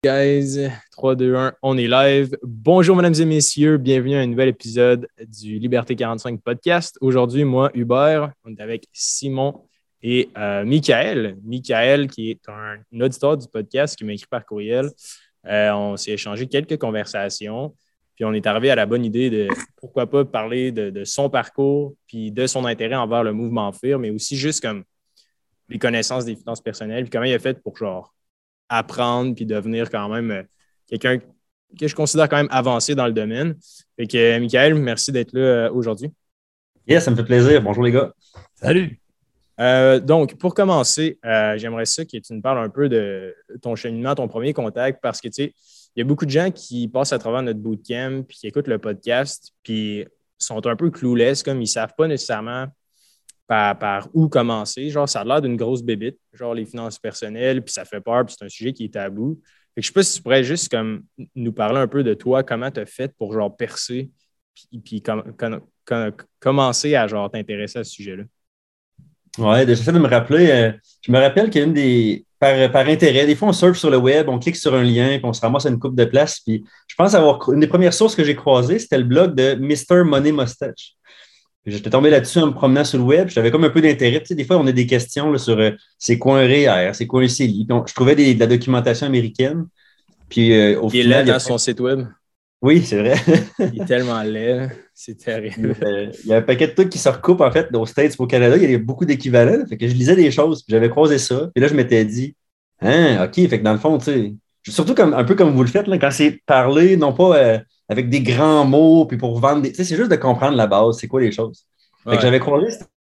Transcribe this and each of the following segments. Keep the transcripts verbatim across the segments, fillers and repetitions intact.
Guys, trois, deux, un, on est live. Bonjour, mesdames et messieurs. Bienvenue à un nouvel épisode du Liberté quarante-cinq podcast. Aujourd'hui, moi, Hubert, on est avec Simon et euh, Michael. Michael, qui est un, un auditeur du podcast, qui m'a écrit par courriel. Euh, on s'est échangé quelques conversations. Puis on est arrivé à la bonne idée de pourquoi pas parler de, de son parcours puis de son intérêt envers le mouvement F I R, mais aussi juste comme les connaissances des finances personnelles, puis comment il a fait pour genre apprendre puis devenir quand même euh, quelqu'un que je considère quand même avancé dans le domaine. Fait que, euh, Michael, merci d'être là euh, aujourd'hui. Yes, ça me fait plaisir. Bonjour les gars. Salut. Euh, donc, pour commencer, euh, j'aimerais ça que tu nous parles un peu de ton cheminement, ton premier contact, parce que, tu sais, il y a beaucoup de gens qui passent à travers notre bootcamp puis qui écoutent le podcast puis sont un peu clueless, comme ils ne savent pas nécessairement Par, par où commencer. Genre, ça a l'air d'une grosse bébite, genre les finances personnelles, puis ça fait peur, puis c'est un sujet qui est tabou. Fait que je sais pas si tu pourrais juste comme nous parler un peu de toi, comment tu as fait pour genre percer, puis, puis com- com- com- commencer à genre t'intéresser à ce sujet-là. Ouais, j'essaie de me rappeler. euh, je me rappelle qu'il y a une des. Par, par intérêt, des fois, on surfe sur le web, on clique sur un lien, puis on se ramasse à une coupe de place. Puis je pense avoir. Une des premières sources que j'ai croisées, c'était le blog de mister Money Mustache. Puis j'étais tombé là-dessus en me promenant sur le web. J'avais comme un peu d'intérêt. Tu sais, des fois, on a des questions là, sur euh, c'est quoi un R E E R, c'est quoi un C E L I. Puis on- je trouvais des- de la documentation américaine. Puis euh, au Il est laid final, il y a. dans son site web. Oui, c'est vrai. Il est tellement laid, là. C'est terrible. Euh, il y a un paquet de trucs qui se recoupent en fait aux States et au Canada. Il y a beaucoup d'équivalents. Là. Fait que je lisais des choses, puis j'avais croisé ça. Puis là, je m'étais dit, hein, OK, fait que dans le fond, tu sais, surtout comme, un peu comme vous le faites, là, quand c'est parler, non pas euh, avec des grands mots, puis pour vendre des. Tu sais, c'est juste de comprendre la base, c'est quoi les choses. Fait que Ouais. j'avais croisé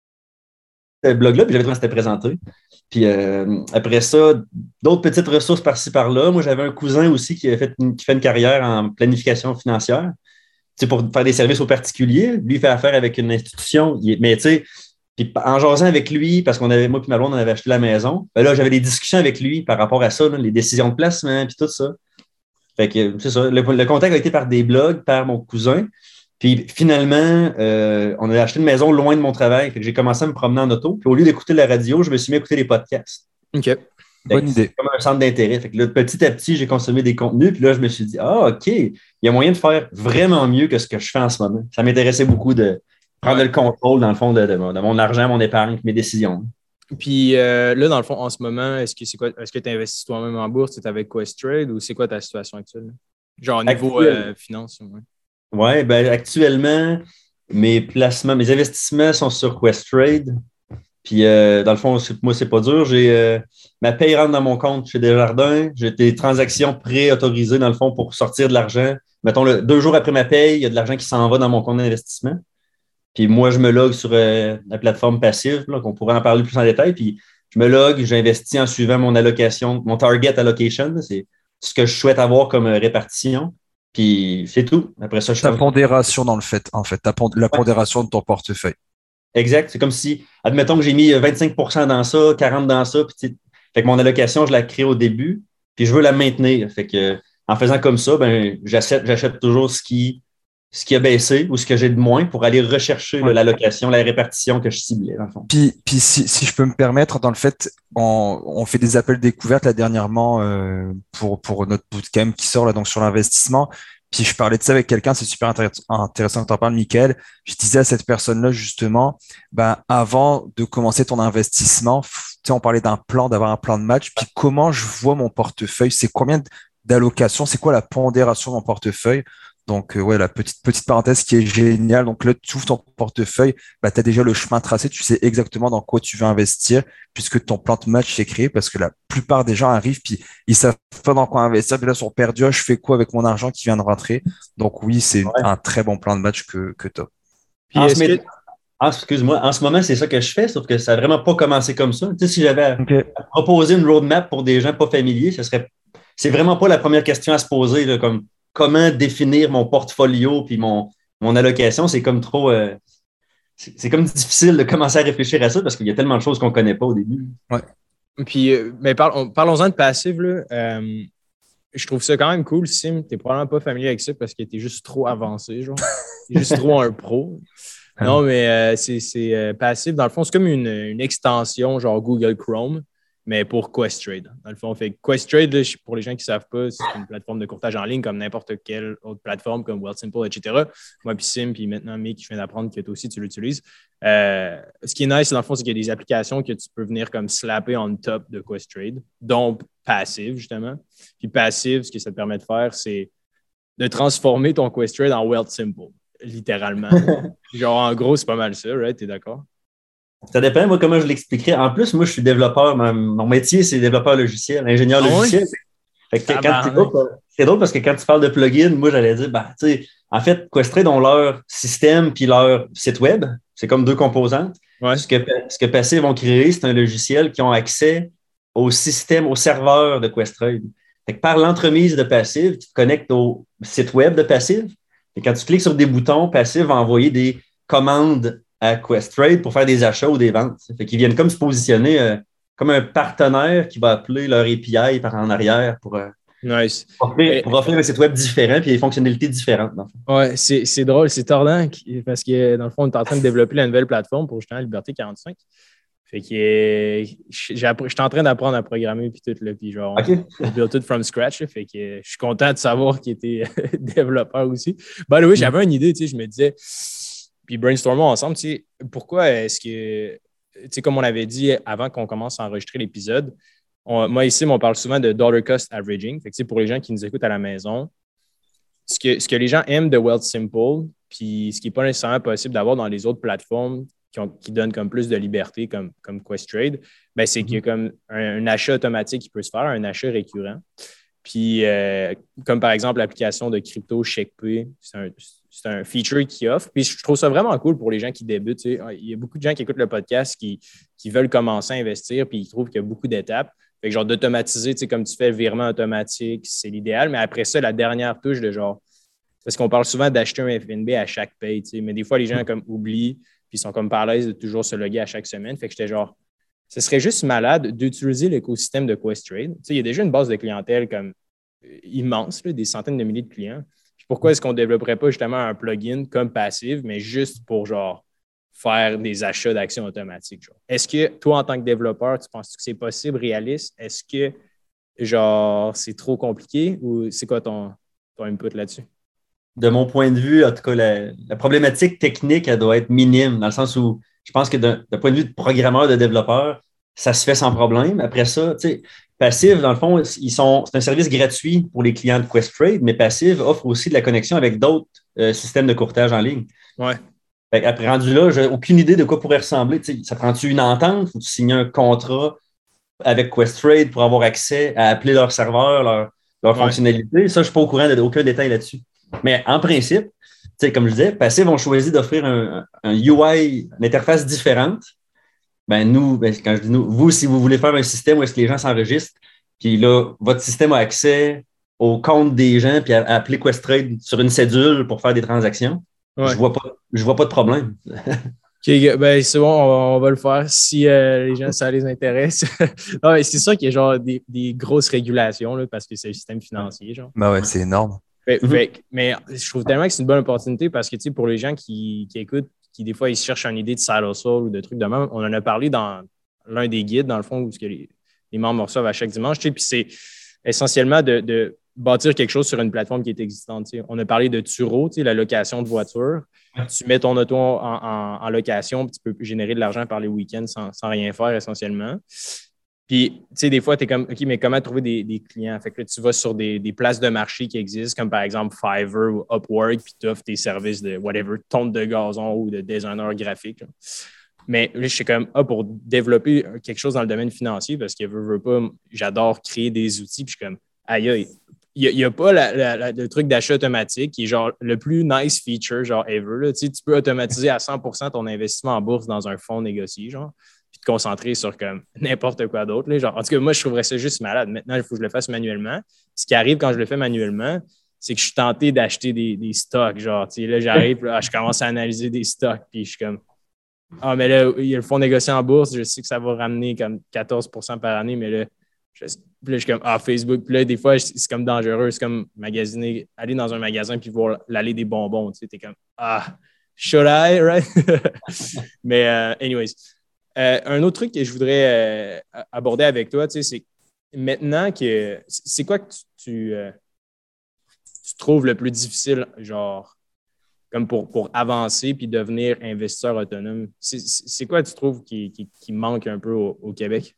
ce blog-là, puis j'avais trouvé que c'était présenté. Puis euh, après ça, d'autres petites ressources par-ci par-là. Moi, j'avais un cousin aussi qui, a fait une, qui fait une carrière en planification financière. Tu sais, pour faire des services aux particuliers. Lui, il fait affaire avec une institution. Il est- mais tu sais, puis en jasant avec lui, parce qu'on avait, moi et ma blonde, on avait acheté la maison, ben là, j'avais des discussions avec lui par rapport à ça, là, les décisions de placement, puis tout ça. Fait que c'est ça. Le, le contact a été par des blogs, par mon cousin. Puis finalement, euh, on a acheté une maison loin de mon travail. Fait que j'ai commencé à me promener en auto. Puis au lieu d'écouter la radio, je me suis mis à écouter les podcasts. OK. Fait Bonne que c'est idée. comme un centre d'intérêt. Fait que là, petit à petit, j'ai consommé des contenus. Puis là, je me suis dit, ah, OK, il y a moyen de faire vraiment mieux que ce que je fais en ce moment. Ça m'intéressait beaucoup de prendre Ouais. le contrôle, dans le fond, de, de mon de mon argent, mon épargne, mes décisions. Puis euh, là, dans le fond, en ce moment, est-ce que c'est quoi? Est-ce que tu investis toi-même en bourse? Tu es avec Questrade ou c'est quoi ta situation actuelle? Genre au niveau Actuel. euh, finance, ouais. Ouais, ben, actuellement, mes placements, mes investissements sont sur Questrade. Puis, euh, dans le fond, c'est- moi, c'est pas dur. J'ai euh, ma paye rentre dans mon compte chez Desjardins. J'ai des transactions pré-autorisées, dans le fond, pour sortir de l'argent. Mettons, le, deux jours après ma paye, il y a de l'argent qui s'en va dans mon compte d'investissement. Puis moi, je me logue sur euh, la plateforme passive, là, qu'on pourrait en parler plus en détail. Puis je me logue, j'investis en suivant mon allocation, mon target allocation. Là, c'est ce que je souhaite avoir comme euh, répartition. Puis c'est tout. Après ça, je Ta ferme ça. pondération dans le fait, en fait, ta pond- la Ouais, pondération de ton portefeuille. exact. C'est comme si, admettons que j'ai mis vingt-cinq pour cent dans ça, quarante dans ça. Puis, tu sais, fait que mon allocation, je la crée au début. Puis je veux la maintenir. Fait que en faisant comme ça, ben, j'achète, j'achète toujours ce qui, ce qui a baissé ou ce que j'ai de moins pour aller rechercher là, Ouais. l'allocation, la répartition que je ciblais, dans le fond. Puis, puis si, si je peux me permettre, dans le fait, on, on fait des appels découvertes là dernièrement euh, pour, pour notre bootcamp qui sort là, donc sur l'investissement. Puis je parlais de ça avec quelqu'un, c'est super intér- intéressant que tu en parles, Mickaël. Je disais à cette personne-là, justement, ben, avant de commencer ton investissement, f- tu sais, on parlait d'un plan, d'avoir un plan de match. Puis comment je vois mon portefeuille, c'est combien d'allocations, c'est quoi la pondération de mon portefeuille. Donc, euh, ouais, la petite, petite parenthèse qui est géniale. Donc là, tu ouvres ton portefeuille, bah, tu as déjà le chemin tracé, tu sais exactement dans quoi tu veux investir, puisque ton plan de match est créé, parce que la plupart des gens arrivent, puis ils savent pas dans quoi investir, puis là, ils sont perdus, ah, je fais quoi avec mon argent qui vient de rentrer? Donc oui, c'est Ouais. un très bon plan de match que, que tu as. Puis En ce, est-ce mét- que. en- excuse-moi, en ce moment, c'est ça que je fais, sauf que ça n'a vraiment pas commencé comme ça. Tu sais, si j'avais à, Ok. à proposer une roadmap pour des gens pas familiers, ce serait, c'est vraiment pas la première question à se poser, là, comme comment définir mon portfolio puis mon, mon allocation. C'est comme trop, euh, c'est c'est comme difficile de commencer à réfléchir à ça parce qu'il y a tellement de choses qu'on ne connaît pas au début. Ouais. Puis, euh, mais par- on- parlons-en de passive, là. Euh, je trouve ça quand même cool, Sim. T'es probablement pas familier avec ça parce que t'es juste trop avancé, genre. T'es juste trop un pro. Non, mais euh, c'est c'est, euh, passive. Dans le fond, c'est comme une, une extension, genre Google Chrome. mais pour Questrade. Dans le fond, fait Questrade, là, pour les gens qui ne savent pas, c'est une plateforme de courtage en ligne comme n'importe quelle autre plateforme, comme Wealthsimple, et cetera. Moi, puis Sim, puis maintenant, Mick, je viens d'apprendre que toi aussi, tu l'utilises. Euh, ce qui est nice, dans le fond, c'est qu'il y a des applications que tu peux venir comme slapper on top de Questrade, dont Passive, justement. Puis Passive, ce que ça te permet de faire, c'est de transformer ton Questrade en Wealthsimple, littéralement. Genre, en gros, c'est pas mal ça, right? T'es d'accord? Ça dépend, moi, comment je l'expliquerais. En plus, moi, je suis développeur. Mon, mon métier, c'est développeur logiciel, ingénieur Ah logiciel. ouais? Fait que quand c'est, drôle, c'est drôle parce que quand tu parles de plugin, moi, j'allais dire, ben, tu sais, en fait, Questrade ont leur système puis leur site web. C'est comme deux composantes. Ouais. Ce que, ce que Passive vont créer, c'est un logiciel qui ont accès au système, au serveur de Questrade. Fait que par l'entremise de Passive, tu te connectes au site web de Passive. Et quand tu cliques sur des boutons, Passive va envoyer des commandes à Questrade pour faire des achats ou des ventes. Fait qu'ils viennent comme se positionner euh, comme un partenaire qui va appeler leur A P I par en arrière pour, euh, nice. pour, offrir, pour offrir un site web différent et des fonctionnalités différentes. Ouais, c'est, c'est drôle, c'est tordant parce que dans le fond, on est en train de développer la nouvelle plateforme pour justement Liberté quarante-cinq. Fait que euh, j'ai appris, j'étais en train d'apprendre à programmer puis tout, là, puis genre, okay. on, on build tout from scratch. Là, fait que euh, je suis content de savoir qu'il était développeur aussi. By the way, j'avais une idée, tu sais, je me disais, puis brainstormons ensemble, tu sais, pourquoi est-ce que, tu sais, comme on avait dit avant qu'on commence à enregistrer l'épisode, on, moi ici, on parle souvent de dollar cost averaging. Fait que, tu sais, pour les gens qui nous écoutent à la maison, ce que, ce que les gens aiment de Wealthsimple, puis ce qui n'est pas nécessairement possible d'avoir dans les autres plateformes qui, ont, qui donnent comme plus de liberté, comme, comme Questrade, ben, c'est mm-hmm. qu'il y a comme un, un achat automatique qui peut se faire, un achat récurrent. Puis, euh, comme par exemple l'application de crypto ShakePay, c'est un, c'est un feature qui offre. Puis, je trouve ça vraiment cool pour les gens qui débutent. Tu sais. Il y a beaucoup de gens qui écoutent le podcast qui, qui veulent commencer à investir, puis ils trouvent qu'il y a beaucoup d'étapes. Fait que genre d'automatiser, tu sais, comme tu fais le virement automatique, c'est l'idéal. Mais après ça, la dernière touche de genre, parce qu'on parle souvent d'acheter un F N B à chaque paye, tu sais, mais des fois, les gens comme oublient, puis ils sont comme pas à l'aise de toujours se loguer à chaque semaine. Fait que j'étais genre, ce serait juste malade d'utiliser l'écosystème de Questrade. Tu sais, il y a déjà une base de clientèle comme immense, là, des centaines de milliers de clients. Puis pourquoi est-ce qu'on ne développerait pas justement un plugin comme Passive, mais juste pour genre faire des achats d'actions automatiques? Genre. Est-ce que toi, en tant que développeur, tu penses que c'est possible, réaliste? Est-ce que genre c'est trop compliqué ou c'est quoi ton, ton input là-dessus? De mon point de vue, en tout cas, la, la problématique technique, elle doit être minime, dans le sens où je pense que d'un, d'un point de vue de programmeur, de développeur, ça se fait sans problème. Après ça, tu sais, Passive, dans le fond, ils sont, c'est un service gratuit pour les clients de Questrade, mais Passive offre aussi de la connexion avec d'autres euh, systèmes de courtage en ligne. Ouais. Fait après rendu là, j'ai aucune idée de quoi pourrait ressembler. Tu sais, ça prend-tu une entente? Faut-tu signer un contrat avec Questrade pour avoir accès à appeler leur serveur, leur, leur ouais. fonctionnalité? Ça, je ne suis pas au courant d'aucun détail là-dessus. Mais en principe, comme je disais, Passive ont choisi d'offrir un, un U I, une interface différente. Ben nous, ben, quand je dis nous, vous, si vous voulez faire un système où est-ce que les gens s'enregistrent, puis là, votre système a accès au compte des gens, puis à, à appeler Questrade sur une cédule pour faire des transactions, ouais. je vois pas, je vois pas de problème. OK, ben c'est bon, on va, on va le faire si euh, les gens, ça les intéresse. Non, c'est sûr qu'il y a genre des, des grosses régulations là, parce que c'est le système financier. Genre. Ben ouais, c'est énorme. Fait, mm-hmm. fait, mais je trouve tellement que c'est une bonne opportunité parce que pour les gens qui, qui écoutent, qui des fois ils cherchent une idée de side hustle ou de trucs de même, on en a parlé dans l'un des guides, dans le fond, où que les, les membres reçoivent à chaque dimanche. Puis c'est essentiellement de, de bâtir quelque chose sur une plateforme qui est existante. T'sais. On a parlé de Turo, la location de voiture. Tu mets ton auto en, en, en location, puis tu peux générer de l'argent par les week-ends sans, sans rien faire essentiellement. Puis, tu sais, des fois, tu es comme, OK, mais comment trouver des, des clients? Fait que là, tu vas sur des, des places de marché qui existent, comme par exemple Fiverr ou Upwork, puis tu offres tes services de whatever, tonte de gazon ou de designer graphique. Là. Mais là, je suis comme, ah, pour développer quelque chose dans le domaine financier, parce que veux, veux pas, j'adore créer des outils, puis je suis comme, aïe, aïe, il n'y a, a pas la, la, la, le truc d'achat automatique qui est genre le plus nice feature, genre ever. Là. Tu sais, tu peux automatiser à cent pour cent ton investissement en bourse dans un fonds négocié, genre. Te concentrer sur comme n'importe quoi d'autre. Là. Genre, en tout cas, moi, je trouverais ça juste malade. Maintenant, il faut que je le fasse manuellement. Ce qui arrive quand je le fais manuellement, c'est que je suis tenté d'acheter des, des stocks. Genre, tu sais, là, j'arrive, là, je commence à analyser des stocks, puis je suis comme, ah, mais là, il y a le fonds négocié en bourse, je sais que ça va ramener comme quatorze pour cent par année, mais là, je, puis là, je suis comme, ah, Facebook. Puis là, des fois, c'est comme dangereux. C'est comme magasiner, aller dans un magasin, puis voir l'allée des bonbons. Tu sais, t'es comme, ah, should I, right? Mais, uh, anyways. euh, un autre truc que je voudrais euh, aborder avec toi, tu sais, c'est maintenant que. C'est quoi que tu, tu, euh, tu trouves le plus difficile, genre, comme pour, pour avancer puis devenir investisseur autonome? C'est, c'est quoi tu trouves qui, qui, qui manque un peu au, au Québec?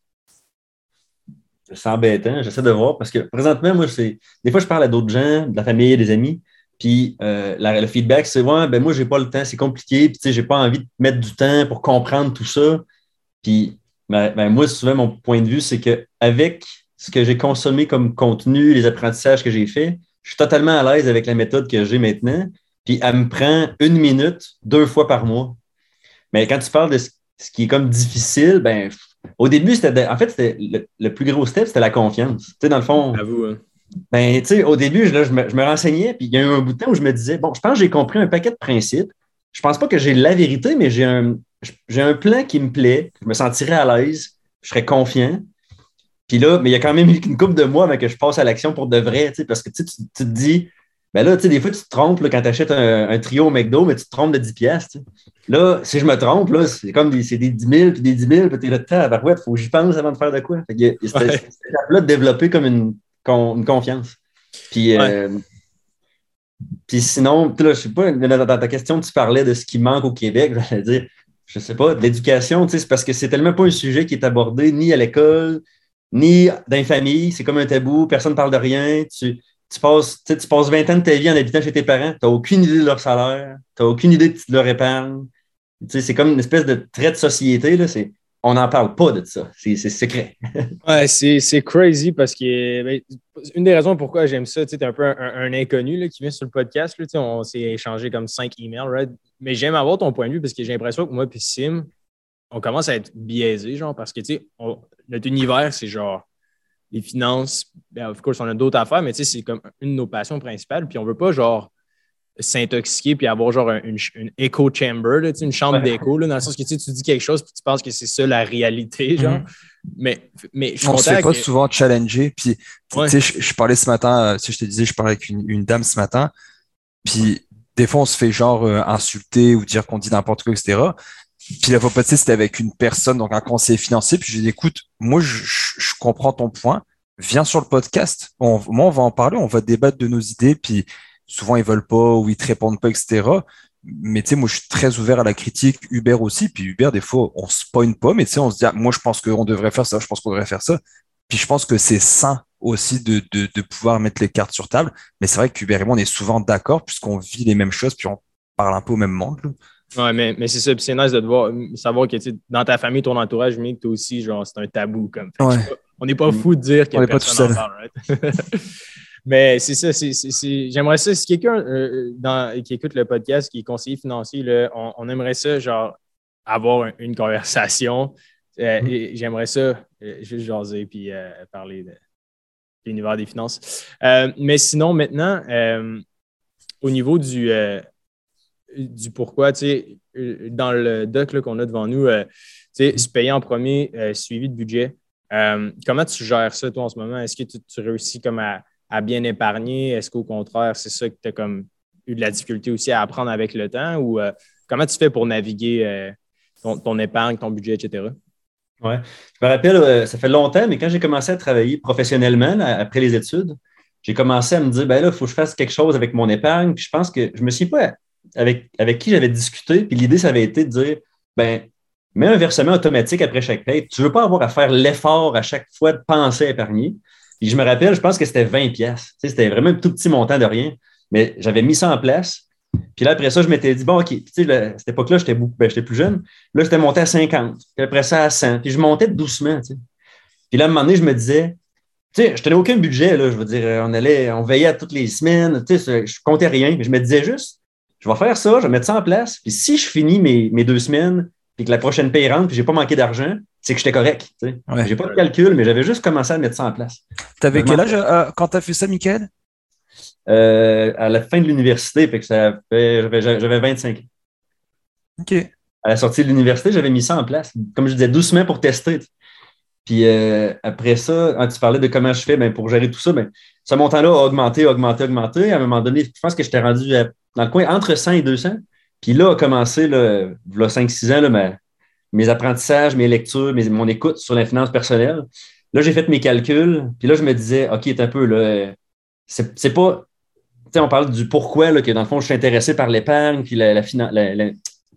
C'est embêtant, j'essaie de voir parce que présentement, moi, c'est. Des fois, je parle à d'autres gens, de la famille, des amis, puis euh, la- le feedback, c'est ouais, ben moi, j'ai pas le temps, c'est compliqué, puis tu sais, j'ai pas envie de mettre du temps pour comprendre tout ça. Puis ben, ben, moi, souvent, mon point de vue, c'est qu'avec ce que j'ai consommé comme contenu, les apprentissages que j'ai faits, je suis totalement à l'aise avec la méthode que j'ai maintenant. Puis elle me prend une minute, deux fois par mois. Mais quand tu parles de ce, ce qui est comme difficile, ben, au début, c'était de- en fait, c'était le, le plus gros step, c'était la confiance. Tu sais, dans le fond, J'avoue, hein. ben, tu sais, au début, je, là, je me, je me renseignais, puis il y a eu un bout de temps où je me disais, bon, je pense que j'ai compris un paquet de principes. Je pense pas que j'ai la vérité, mais j'ai un, j'ai un plan qui me plaît, je me sentirais à l'aise, je serais confiant. Puis là, mais il y a quand même eu une couple de mois avant que je passe à l'action pour de vrai, tu sais, parce que tu, sais, tu, tu te dis, ben là, tu sais, des fois, tu te trompes là, quand tu achètes un, un trio au McDo, mais tu te trompes de dix piastres. Tu sais. Là, si je me trompe, là, c'est comme des, c'est des dix mille puis des dix mille, puis t'es là, il faut que j'y pense avant de faire de quoi. Fait que, il y a cette, Ouais. cette étape-là de développer comme une, con- une confiance. Puis, Ouais. euh, puis sinon, là, je sais pas, dans ta question, tu parlais de ce qui manque au Québec, j'allais dire, je sais pas, de l'éducation, tu sais, c'est parce que c'est tellement pas un sujet qui est abordé ni à l'école, ni dans les familles, c'est comme un tabou, personne ne parle de rien, tu, tu passes, tu sais, tu passes vingt ans de ta vie en habitant chez tes parents, tu n'as aucune idée de leur salaire, tu n'as aucune idée de leur épargne, tu sais, c'est comme une espèce de trait de société, là, c'est, on n'en parle pas de ça, c'est, c'est secret. Ouais, c'est, c'est crazy parce que ben, une des raisons pourquoi j'aime ça, tu sais, t'es un peu un, un inconnu là, qui vient sur le podcast. Là, tu sais, on s'est échangé comme cinq emails, right? Mais j'aime avoir ton point de vue parce que j'ai l'impression que moi et Sim, on commence à être biaisés, genre, parce que tu sais, on- notre univers, c'est genre les finances. Ben, of course, on a d'autres affaires, mais tu sais, c'est comme une de nos passions principales. Puis on veut pas genre s'intoxiquer puis avoir genre un- une, une echo chamber, là, tu sais, une chambre Ouais. d'écho, là, dans le sens que tu sais, tu dis quelque chose puis tu penses que c'est ça la réalité, genre. Mhm. Mais, mais je suis On se content fait pas que. souvent challenger. Puis, tu Ouais. sais, je, je parlais ce matin, euh, si je te disais, je parlais avec une, une dame ce matin. Puis, des fois, on se fait genre euh, insulter ou dire qu'on dit n'importe quoi, et cetera. Puis la fois passée, c'était avec une personne, donc un conseiller financier. Puis je lui ai dit, écoute, moi, je, je- je comprends ton point. Viens sur le podcast. On, moi, on va en parler, on va débattre de nos idées. Puis souvent, ils veulent pas ou ils te répondent pas, et cetera. Mais tu sais, moi, je suis très ouvert à la critique. Uber aussi. Puis Uber, des fois, on se pogne pas, mais tu sais, on se dit, ah, moi, je pense qu'on devrait faire ça, je pense qu'on devrait faire ça. Puis je pense que c'est sain aussi de, de, de pouvoir mettre les cartes sur table. Mais c'est vrai qu'Uber et moi, on est souvent d'accord puisqu'on vit les mêmes choses, puis on parle un peu au même monde, là. Ouais, mais, mais c'est ça, puis c'est nice de te voir, savoir que tu sais, dans ta famille, ton entourage, mais que toi aussi, genre, c'est un tabou. Comme. Fait que je Ouais, sais pas, on n'est pas fou de dire que on n'est pas tout personne n'en seul. parle, right? Mais c'est ça, c'est, c'est, c'est- j'aimerais ça. Si quelqu'un euh, dans- qui écoute le podcast, qui est conseiller financier, là, on, on aimerait ça, genre, avoir un- une conversation. Euh, Mhm. et j'aimerais ça, euh, juste jaser puis euh, parler de l'univers des finances. Euh, mais sinon, maintenant, euh, au niveau du, euh, du pourquoi, tu sais, euh, dans le doc là, qu'on a devant nous, euh, tu sais, se payer en premier, euh, suivi de budget. Euh, comment tu gères ça, toi, en ce moment? Est-ce que tu, tu réussis comme à, à bien épargner? Est-ce qu'au contraire, c'est ça que tu as comme eu de la difficulté aussi à apprendre avec le temps? Ou euh, comment tu fais pour naviguer euh, ton, ton épargne, ton budget, et cetera? Ouais. Je me rappelle, euh, ça fait longtemps, mais quand j'ai commencé à travailler professionnellement, là, après les études, j'ai commencé à me dire, ben là, il faut que je fasse quelque chose avec mon épargne. Puis je pense que je me suis pas avec, avec qui j'avais discuté. Puis l'idée, ça avait été de dire, ben, mets un versement automatique après chaque paye. Tu ne veux pas avoir à faire l'effort à chaque fois de penser à épargner. Puis je me rappelle, je pense que c'était vingt piastres. Tu sais, c'était vraiment un tout petit montant de rien. Mais j'avais mis ça en place. Puis là, après ça, je m'étais dit, bon, OK, tu sais, là, à cette époque-là, j'étais beaucoup, ben, j'étais plus jeune. Là, j'étais monté à cinquante. Puis après ça, à cent. Puis je montais doucement, tu sais. Puis là, à un moment donné, je me disais, tu sais, je tenais aucun budget, là. Je veux dire, on allait, on veillait à toutes les semaines. Tu sais, je comptais rien. Mais je me disais juste, je vais faire ça, je vais mettre ça en place. Puis si je finis mes, mes deux semaines, puis que la prochaine paye rentre, puis j'ai pas manqué d'argent, c'est que j'étais correct, tu sais. Ouais. J'ai pas de calcul, mais j'avais juste commencé à mettre ça en place. T'avais Donc, quel âge euh, quand t'as fait ça, Michael? euh, à la fin de l'université, fait que ça fait, j'avais, j'avais vingt-cinq ans. Ok. À la sortie de l'université, j'avais mis ça en place, comme je disais, doucement pour tester. Puis euh, après ça, quand tu parlais de comment je fais ben, pour gérer tout ça, ben, ce montant-là a augmenté, augmenté, augmenté. À un moment donné, je pense que j'étais rendu à- dans le coin entre cent et deux cents. Puis là a commencé, là, il y a cinq six ans, là, ma, mes apprentissages, mes lectures, mes, mon écoute sur la finance personnelle. Là, j'ai fait mes calculs, puis là, je me disais, OK, c'est un peu, là, c'est, c'est pas, tu sais, on parle du pourquoi, là, que dans le fond, je suis intéressé par l'épargne, puis la, la, la, la,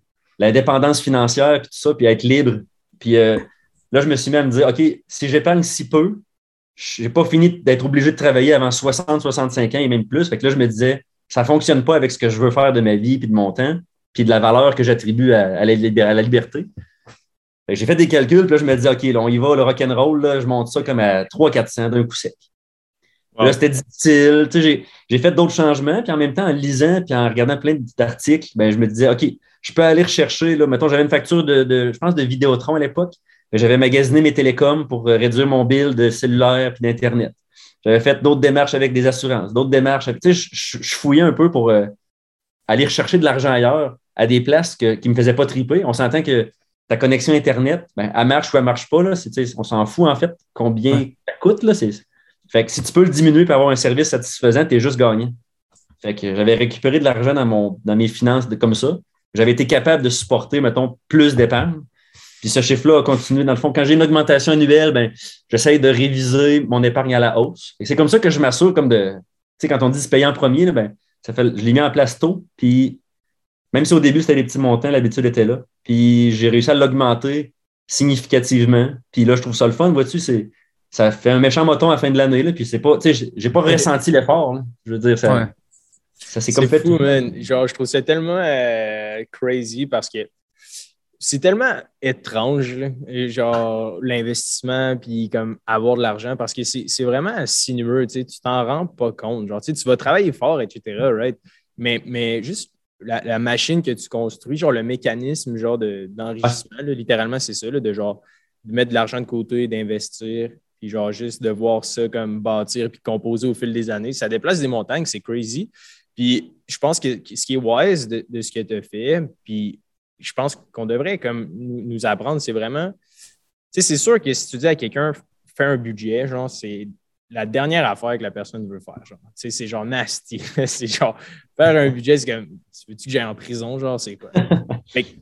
la dépendance financière, puis tout ça, puis être libre. Puis euh, là, je me suis mis à me dire, OK, si j'épargne si peu, je n'ai pas fini d'être obligé de travailler avant soixante, soixante-cinq ans et même plus. Fait que là, je me disais, ça ne fonctionne pas avec ce que je veux faire de ma vie, puis de mon temps, puis de la valeur que j'attribue à, à, la, à la liberté. Fait que j'ai fait des calculs, puis là, je me dis, OK, là, on y va, le rock'n'roll, là, je monte ça comme à trois cents à quatre cents d'un coup sec. Wow. Là, c'était difficile. Tu sais, j'ai, j'ai fait d'autres changements, puis en même temps, en lisant, puis en regardant plein d'articles, ben, je me disais, OK, je peux aller rechercher, là, mettons, j'avais une facture de, de je pense, de Vidéotron à l'époque. J'avais magasiné mes télécoms pour réduire mon bill de cellulaire puis d'Internet. J'avais fait d'autres démarches avec des assurances, d'autres démarches. Tu sais, je, je, je fouillais un peu pour euh, aller rechercher de l'argent ailleurs, à des places que, qui ne me faisaient pas triper. On s'entend que ta connexion Internet, ben, elle marche ou elle ne marche pas. Là. C'est, on s'en fout, en fait, combien ouais. ça coûte. Là, c'est... Fait que si tu peux le diminuer pour avoir un service satisfaisant, tu es juste gagnant. Fait que j'avais récupéré de l'argent dans, mon, dans mes finances de, comme ça. J'avais été capable de supporter, mettons, plus d'épargne. Puis ce chiffre-là a continué. Dans le fond, quand j'ai une augmentation annuelle, ben, j'essaye de réviser mon épargne à la hausse. Et c'est comme ça que je m'assure, comme de, tu sais, quand on dit se payer en premier, là, ben, ça fait, je l'ai mis en place tôt. Puis même si au début, c'était des petits montants, l'habitude était là. Puis j'ai réussi à l'augmenter significativement. Puis là, je trouve ça le fun. Vois-tu, c'est, ça fait un méchant moton à la fin de l'année. Là, puis c'est pas, tu sais, j'ai pas ressenti l'effort. Là. Je veux dire, ça, ouais. ça s'est comme c'est fait. Fou, man. Genre, je trouve ça tellement euh, crazy parce que c'est tellement étrange, là, genre l'investissement puis comme avoir de l'argent parce que c'est, c'est vraiment sinueux, tu sais, tu t'en rends pas compte. Genre, tu sais, tu vas travailler fort, et cetera, right? Mais, mais juste la, la machine que tu construis, genre le mécanisme genre de, d'enrichissement, là, littéralement, c'est ça, là, de genre de mettre de l'argent de côté, d'investir, puis genre juste de voir ça comme bâtir puis composer au fil des années. Ça déplace des montagnes, c'est crazy. Puis je pense que ce qui est wise de, de ce que tu as fait, puis je pense qu'on devrait comme nous apprendre, c'est vraiment, tu sais, c'est sûr que si tu dis à quelqu'un, fais un budget, genre, c'est la dernière affaire que la personne veut faire, genre, tu sais, c'est genre nasty, c'est genre, faire un budget, c'est comme, tu veux-tu que j'aille en prison, genre, c'est quoi? Fait que,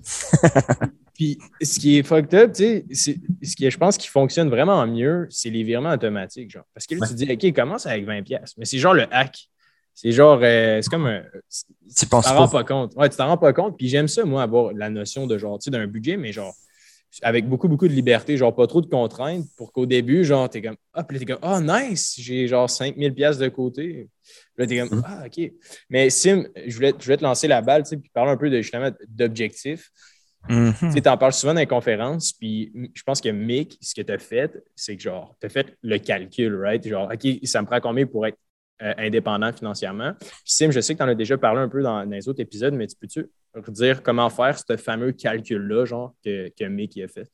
puis, ce qui est fucked up, tu sais, c'est, ce qui est, je pense qui fonctionne vraiment mieux, c'est les virements automatiques, genre, parce que là, ouais. tu dis, OK, commence avec vingt dollars, mais c'est genre le hack. C'est genre, euh, c'est comme un. Tu t'en rends pas compte. Ouais, tu t'en rends pas compte. Puis j'aime ça, moi, avoir la notion de genre, tu sais, d'un budget, mais genre, avec beaucoup, beaucoup de liberté, genre, pas trop de contraintes pour qu'au début, genre, t'es comme, ah, puis là, t'es comme, ah, oh, nice, j'ai genre cinq mille dollars de côté. Là, t'es comme, ah, OK. Mais Sim, je voulais, je voulais te lancer la balle, tu sais, puis parler un peu de, justement, d'objectifs. Mm-hmm. Tu sais, t'en parles souvent dans les conférences, puis je pense que Mick, ce que t'as fait, c'est que genre, t'as fait le calcul, right? Genre, OK, ça me prend combien pour être Euh, indépendant financièrement. Puis Sim, je sais que tu en as déjà parlé un peu dans, dans les autres épisodes, mais tu peux-tu dire comment faire ce fameux calcul-là, genre, que, que Mick a fait?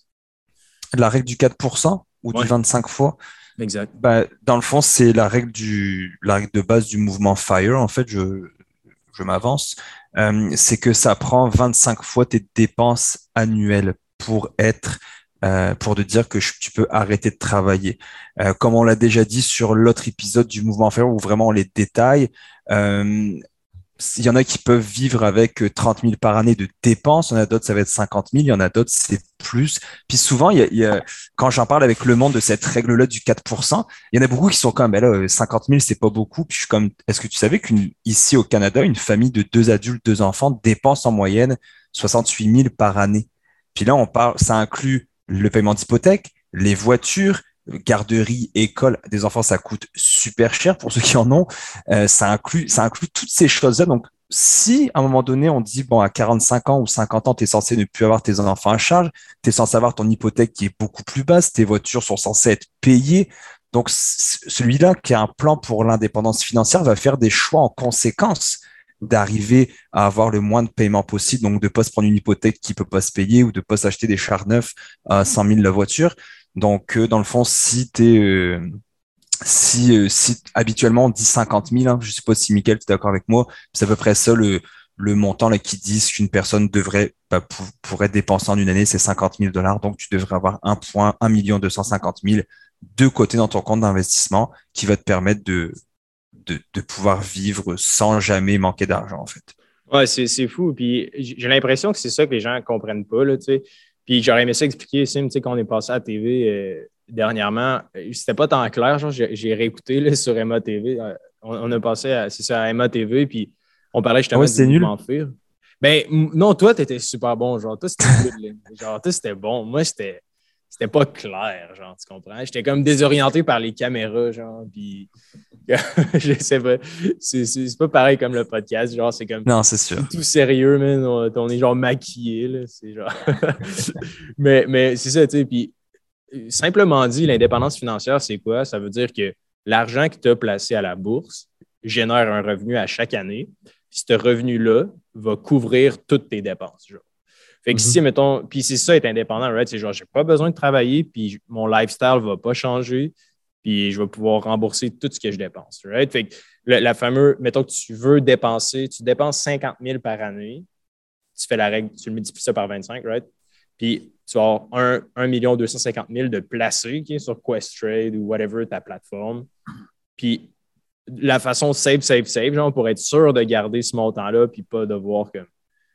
La règle du quatre pour cent ou ouais. du vingt-cinq fois? Exact. Ben, dans le fond, c'est la règle, du, la règle de base du mouvement FIRE. En fait, je, je m'avance. Euh, c'est que ça prend vingt-cinq fois tes dépenses annuelles pour être Euh, pour te dire que je, tu peux arrêter de travailler. Euh, comme on l'a déjà dit sur l'autre épisode du mouvement FIRE où vraiment on les détaille, euh, il y en a qui peuvent vivre avec trente mille par année de dépenses, il y en a d'autres, ça va être cinquante mille, il y en a d'autres, c'est plus. Puis souvent, il y a, il y a, quand j'en parle avec le monde de cette règle-là du quatre pour cent, il y en a beaucoup qui sont comme, ben là, cinquante mille, c'est pas beaucoup. Puis je suis comme, est-ce que tu savais qu'ici au Canada, une famille de deux adultes, deux enfants dépense en moyenne soixante-huit mille par année? Puis là, on parle, ça inclut le paiement d'hypothèque, les voitures, garderie, école des enfants, ça coûte super cher pour ceux qui en ont. Euh, ça inclut, ça inclut toutes ces choses-là. Donc, si à un moment donné, on dit, bon, à quarante-cinq ans ou cinquante ans, tu es censé ne plus avoir tes enfants à charge, tu es censé avoir ton hypothèque qui est beaucoup plus basse, tes voitures sont censées être payées. Donc, celui-là qui a un plan pour l'indépendance financière va faire des choix en conséquence d'arriver à avoir le moins de paiement possible, donc de ne pas se prendre une hypothèque qui ne peut pas se payer ou de ne pas s'acheter des chars neufs à cent mille la voiture. Donc, euh, dans le fond, si tu es... Euh, si, euh, si habituellement on dit cinquante mille, hein, je ne sais pas si Mickaël, tu es d'accord avec moi, c'est à peu près ça le, le montant là, qui disent qu'une personne devrait, bah, pour, pourrait dépenser en une année, c'est cinquante mille dollars. Donc, tu devrais avoir un million deux cent cinquante mille de côté dans ton compte d'investissement qui va te permettre de De, de pouvoir vivre sans jamais manquer d'argent, en fait. Ouais, c'est, c'est fou. Puis j'ai l'impression que c'est ça que les gens ne comprennent pas, là, tu sais. Puis j'aurais aimé ça expliquer, Sim, tu sais, quand on est passé à la T V euh, dernièrement, euh, c'était pas tant clair, genre, j'ai, j'ai réécouté là, sur Emma T V. Euh, on, on a passé à, c'est ça, à Emma T V, puis on parlait Ah justement ouais, du c'était nul. mouvement F I R. Ben, m- non, toi, t'étais super bon, genre, toi, c'était good, là. Genre, toi, c'était bon. Moi, c'était, c'était pas clair, genre, tu comprends? J'étais comme désorienté par les caméras, genre, puis je sais pas. C'est, c'est, c'est pas pareil comme le podcast, genre, c'est comme Non, c'est sûr. c'est tout sérieux, man. On, on est genre maquillé, là. C'est genre. mais, mais c'est ça, tu sais. Puis, simplement dit, l'indépendance financière, c'est quoi? Ça veut dire que l'argent que tu as placé à la bourse génère un revenu à chaque année. Puis, ce revenu-là va couvrir toutes tes dépenses. Genre. Fait que Mhm. si, mettons, puis c'est ça, être indépendant, right? C'est genre, j'ai pas besoin de travailler, puis mon lifestyle va pas changer, puis je vais pouvoir rembourser tout ce que je dépense, right? Fait que le- la fameuse, mettons que tu veux dépenser, tu dépenses cinquante mille par année, tu fais la règle, tu le multiplies ça par vingt-cinq, right? Puis tu vas avoir un million deux cent cinquante mille de placés qui est sur Questrade ou whatever ta plateforme. Puis la façon save, save, save, genre pour être sûr de garder ce montant-là, puis pas devoir comme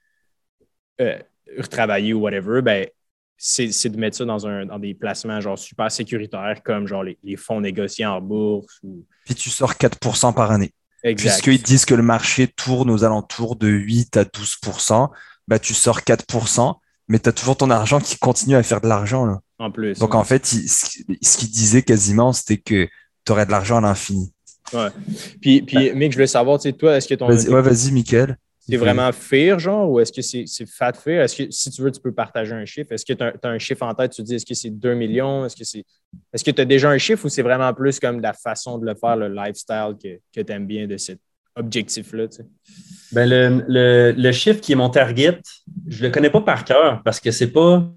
euh, retravailler ou whatever, ben, c'est, c'est de mettre ça dans, un, dans des placements genre super sécuritaires comme genre les, les fonds négociés en bourse. Ou... Puis tu sors quatre pour cent par année. Exact. Puisqu'ils disent que le marché tourne aux alentours de huit à douze pour cent, bah, tu sors quatre pour cent, mais tu as toujours ton argent qui continue à faire de l'argent, là. En plus. Donc, ouais. en fait, il- ce ce qu'il disait quasiment, c'était que tu aurais de l'argent à l'infini. Ouais. Puis, puis Mick, je voulais savoir, tu sais, toi, est-ce que ton. Vas-y, ouais, vas-y, Mickaël. C'est vraiment F I R, genre, ou est-ce que c'est, c'est fat F I R? Est-ce que, si tu veux, tu peux partager un chiffre. Est-ce que tu as un chiffre en tête? Tu te dis, est-ce que c'est deux millions? Est-ce que c'est, est-ce que tu as déjà un chiffre ou c'est vraiment plus comme la façon de le faire, le lifestyle que, que tu aimes bien de cet objectif-là? Tu sais? Ben, le, le, le chiffre qui est mon target, je ne le connais pas par cœur parce que c'est pas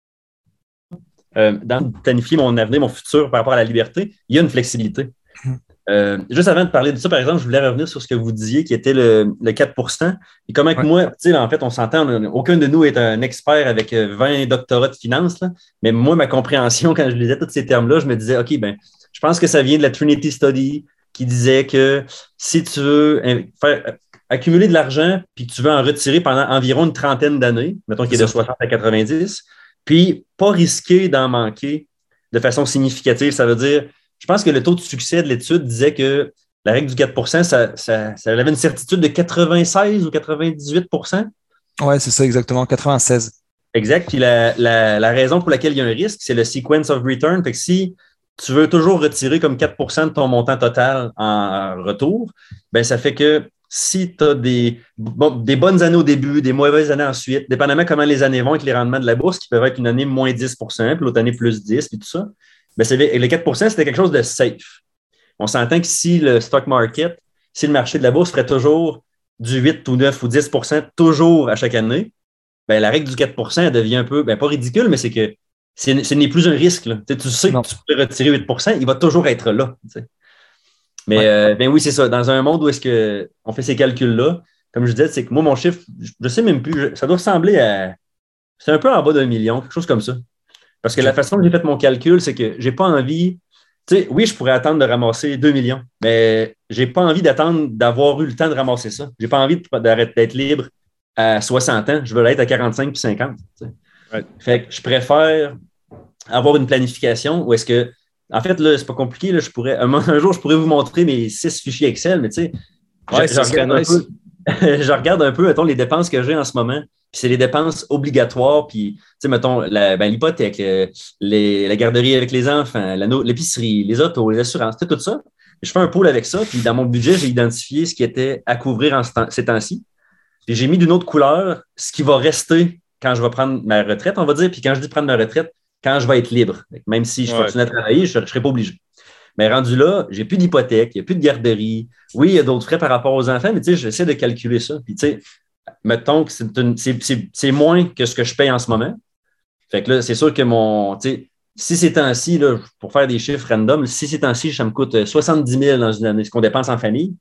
euh, dans planifier mon avenir, mon futur par rapport à la liberté, il y a une flexibilité. Euh, juste avant de parler de ça, par exemple, je voulais revenir sur ce que vous disiez qui était le, le quatre pour cent. Et comment que Ouais. moi, tu sais, en fait, on s'entend, on- aucun de nous est un expert avec euh, vingt doctorats de finance, là, mais moi, ma compréhension, quand je lisais tous ces termes-là, je me disais, OK, ben, je pense que ça vient de la Trinity Study qui disait que si tu veux euh, faire, euh, accumuler de l'argent puis que tu veux en retirer pendant environ une trentaine d'années, mettons qu'il est de soixante à quatre-vingt-dix, puis pas risquer d'en manquer de façon significative, ça veut dire je pense que le taux de succès de l'étude disait que la règle du quatre pour cent, ça, ça, ça avait une certitude de quatre-vingt-seize ou quatre-vingt-dix-huit pour cent. Ouais, c'est ça exactement, quatre-vingt-seize. Exact. Puis la, la, la raison pour laquelle il y a un risque, c'est le sequence of return. Fait que si tu veux toujours retirer comme quatre pour cent de ton montant total en retour, ben ça fait que si tu as des, bon, des bonnes années au début, des mauvaises années ensuite, dépendamment comment les années vont avec les rendements de la bourse, qui peuvent être une année moins dix pour cent, puis l'autre année plus dix, puis tout ça, ben c'est, les quatre pour cent, c'était quelque chose de safe. On s'entend que si le stock market, si le marché de la bourse ferait toujours du huit ou neuf ou dix pour cent toujours à chaque année, ben, la règle du quatre pour cent elle devient un peu, ben, pas ridicule, mais c'est que c'est, ce n'est plus un risque. Là. Tu sais Non. que tu peux retirer huit pour cent, il va toujours être là. Tu sais. Mais Ouais. euh, ben oui, c'est ça. Dans un monde où est-ce qu'on fait ces calculs-là, comme je disais, c'est que moi, mon chiffre, je ne sais même plus, je- ça doit ressembler à. C'est un peu en bas d'un million, quelque chose comme ça. Parce que Ok. la façon que j'ai fait mon calcul, c'est que je n'ai pas envie. Tu sais, oui, je pourrais attendre de ramasser deux millions, mais je n'ai pas envie d'attendre d'avoir eu le temps de ramasser ça. Je n'ai pas envie de- d'arrêter d'être libre à soixante ans. Je veux l'être à quarante-cinq puis cinquante. Tu sais. Ouais. Fait que je préfère avoir une planification où est-ce que. En fait, là, c'est pas compliqué. Là, je pourrais, un, un jour, je pourrais vous montrer mes six fichiers Excel, mais tu sais, Ouais, je, ça je serait regarde un nice. peu, je regarde un peu, mettons, les dépenses que j'ai en ce moment. Puis c'est les dépenses obligatoires. Puis, tu sais, mettons, la, ben, l'hypothèque, euh, les, la garderie avec les enfants, la, no- l'épicerie, les autos, les assurances, tout ça. Je fais un pôle avec ça. Puis dans mon budget, j'ai identifié ce qui était à couvrir en ce temps- ces temps-ci. Puis j'ai mis d'une autre couleur ce qui va rester quand je vais prendre ma retraite, on va dire. Puis quand je dis prendre ma retraite, quand je vais être libre. Même si je Ouais. continue à travailler, je ne serai pas obligé. Mais rendu là, j'ai plus d'hypothèque, il n'y a plus de garderie. Oui, il y a d'autres frais par rapport aux enfants, mais tu sais, j'essaie de calculer ça. Puis tu sais, mettons que c'est, une, c'est, c'est, c'est moins que ce que je paye en ce moment. Fait que là, c'est sûr que mon, tu sais, si ces temps-ci, là, pour faire des chiffres random, si ces temps-ci, ça me coûte soixante-dix mille dans une année, ce qu'on dépense en famille,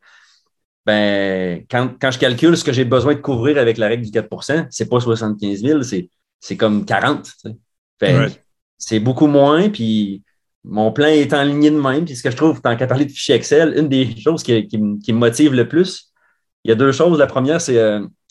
ben, quand, quand je calcule ce que j'ai besoin de couvrir avec la règle du quatre pour cent, c'est pas soixante-quinze mille, c'est, c'est comme quarante. Tu sais. Fait Ouais. que c'est beaucoup moins, puis mon plan est en ligne de même. Puis ce que je trouve, tant qu'à parler de fichier Excel, une des choses qui, qui, me- qui me motive le plus, il y a deux choses. La première, c'est euh,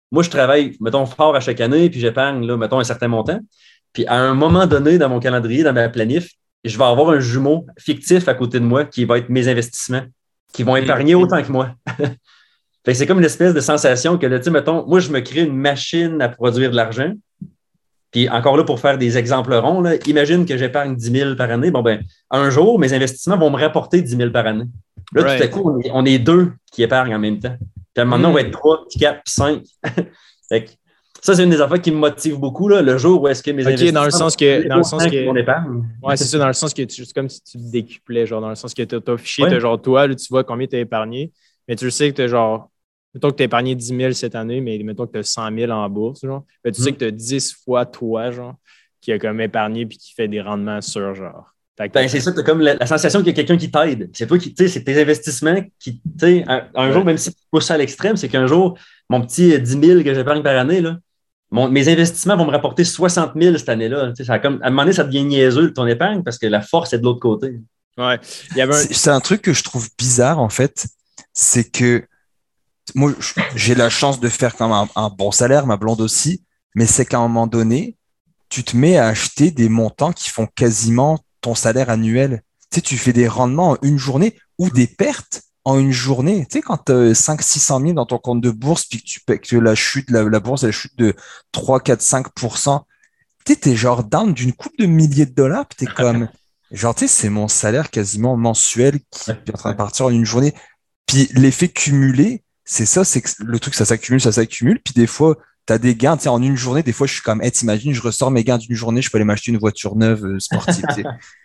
moi, je travaille, mettons, fort à chaque année, puis j'épargne, là, mettons, un certain montant. Puis à un moment donné, dans mon calendrier, dans ma planif, je vais avoir un jumeau fictif à côté de moi qui va être mes investissements, qui vont épargner autant que moi. Fait que c'est comme une espèce de sensation que, là, tu sais, mettons, moi, je me crée une machine à produire de l'argent. Puis encore là, pour faire des exemples ronds, là, imagine que j'épargne dix mille par année. Bon, ben, un jour, mes investissements vont me rapporter dix mille par année. Là, right. Tout à coup, on est, on est deux qui épargnent en même temps. Puis à un moment donné, mm. on va être trois, puis quatre, puis cinq. Fait que ça, c'est une des affaires qui me motive beaucoup, là, le jour où est-ce que mes okay, investissements... dans le sens que... Dans le sens que mon épargne. Ouais, c'est ça, dans le sens que c'est comme si tu te décuplais, genre, dans le sens que tu as fiché, ouais. genre, toi, là, tu vois combien tu as épargné, mais tu sais que tu as, genre, mettons que tu as épargné dix mille cette année, mais mettons que tu as cent mille en bourse, genre, ben, tu mm. sais que tu as dix fois toi, genre, qui a comme épargné puis qui fait des rendements sûrs, genre. Ben, c'est ça, tu as comme la, la sensation qu'il y a quelqu'un qui t'aide. C'est toi qui, tu sais, c'est tes investissements qui, tu sais, un, un ouais. jour, même si tu pousses ça à l'extrême, c'est qu'un jour, mon petit dix mille que j'épargne par année, là, mon, mes investissements vont me rapporter soixante mille cette année-là. Tu sais, ça a comme, à un moment donné, ça devient niaiseux ton épargne parce que la force est de l'autre côté. Ouais. Il y avait un... c'est, c'est un truc que je trouve bizarre, en fait. C'est que moi, j'ai la chance de faire quand même un, un bon salaire, ma blonde aussi, mais c'est qu'à un moment donné, tu te mets à acheter des montants qui font quasiment ton salaire annuel. Tu sais, tu fais des rendements en une journée ou des pertes en une journée. Tu sais, quand tu as cinq cents à six cent mille dans ton compte de bourse puis que, tu, que la chute, la, la bourse, elle chute de trois, quatre, cinq pour cent, tu sais, t'es genre down d'une coupe de milliers de dollars puis t'es comme, genre, tu sais, c'est mon salaire quasiment mensuel qui est en train de partir en une journée. Puis l'effet cumulé, c'est ça, c'est que le truc, ça s'accumule, ça s'accumule. Puis des fois, tu as des gains, tu sais, en une journée, des fois, je suis comme, hey, t'imagines, je ressors mes gains d'une journée, je peux aller m'acheter une voiture neuve euh, sportive, tu sais.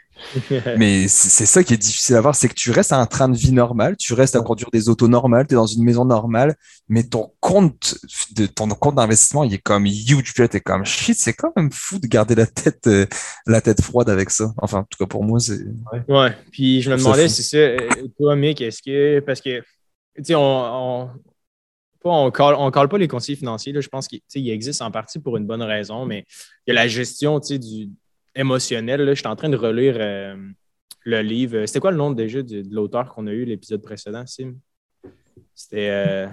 Mais c'est, c'est ça qui est difficile à voir, c'est que tu restes à un train de vie normal, tu restes à conduire des autos normales, tu es dans une maison normale, mais ton compte de ton compte d'investissement, il est comme huge, puis là, t'es comme shit, c'est quand même fou de garder la tête, euh, la tête froide avec ça. Enfin, en tout cas, pour moi, c'est. Ouais, ouais. Puis je me demandais, c'est ça, euh, toi, Mick, est-ce que, parce que, tu sais, on. on... On ne cale, on cale pas les conseillers financiers. Là. Je pense qu'ils existent en partie pour une bonne raison, mais il y a la gestion du émotionnel. Là. Je suis en train de relire euh, le livre. C'était quoi le nom déjà de, de l'auteur qu'on a eu l'épisode précédent, Sim? C'était... Euh...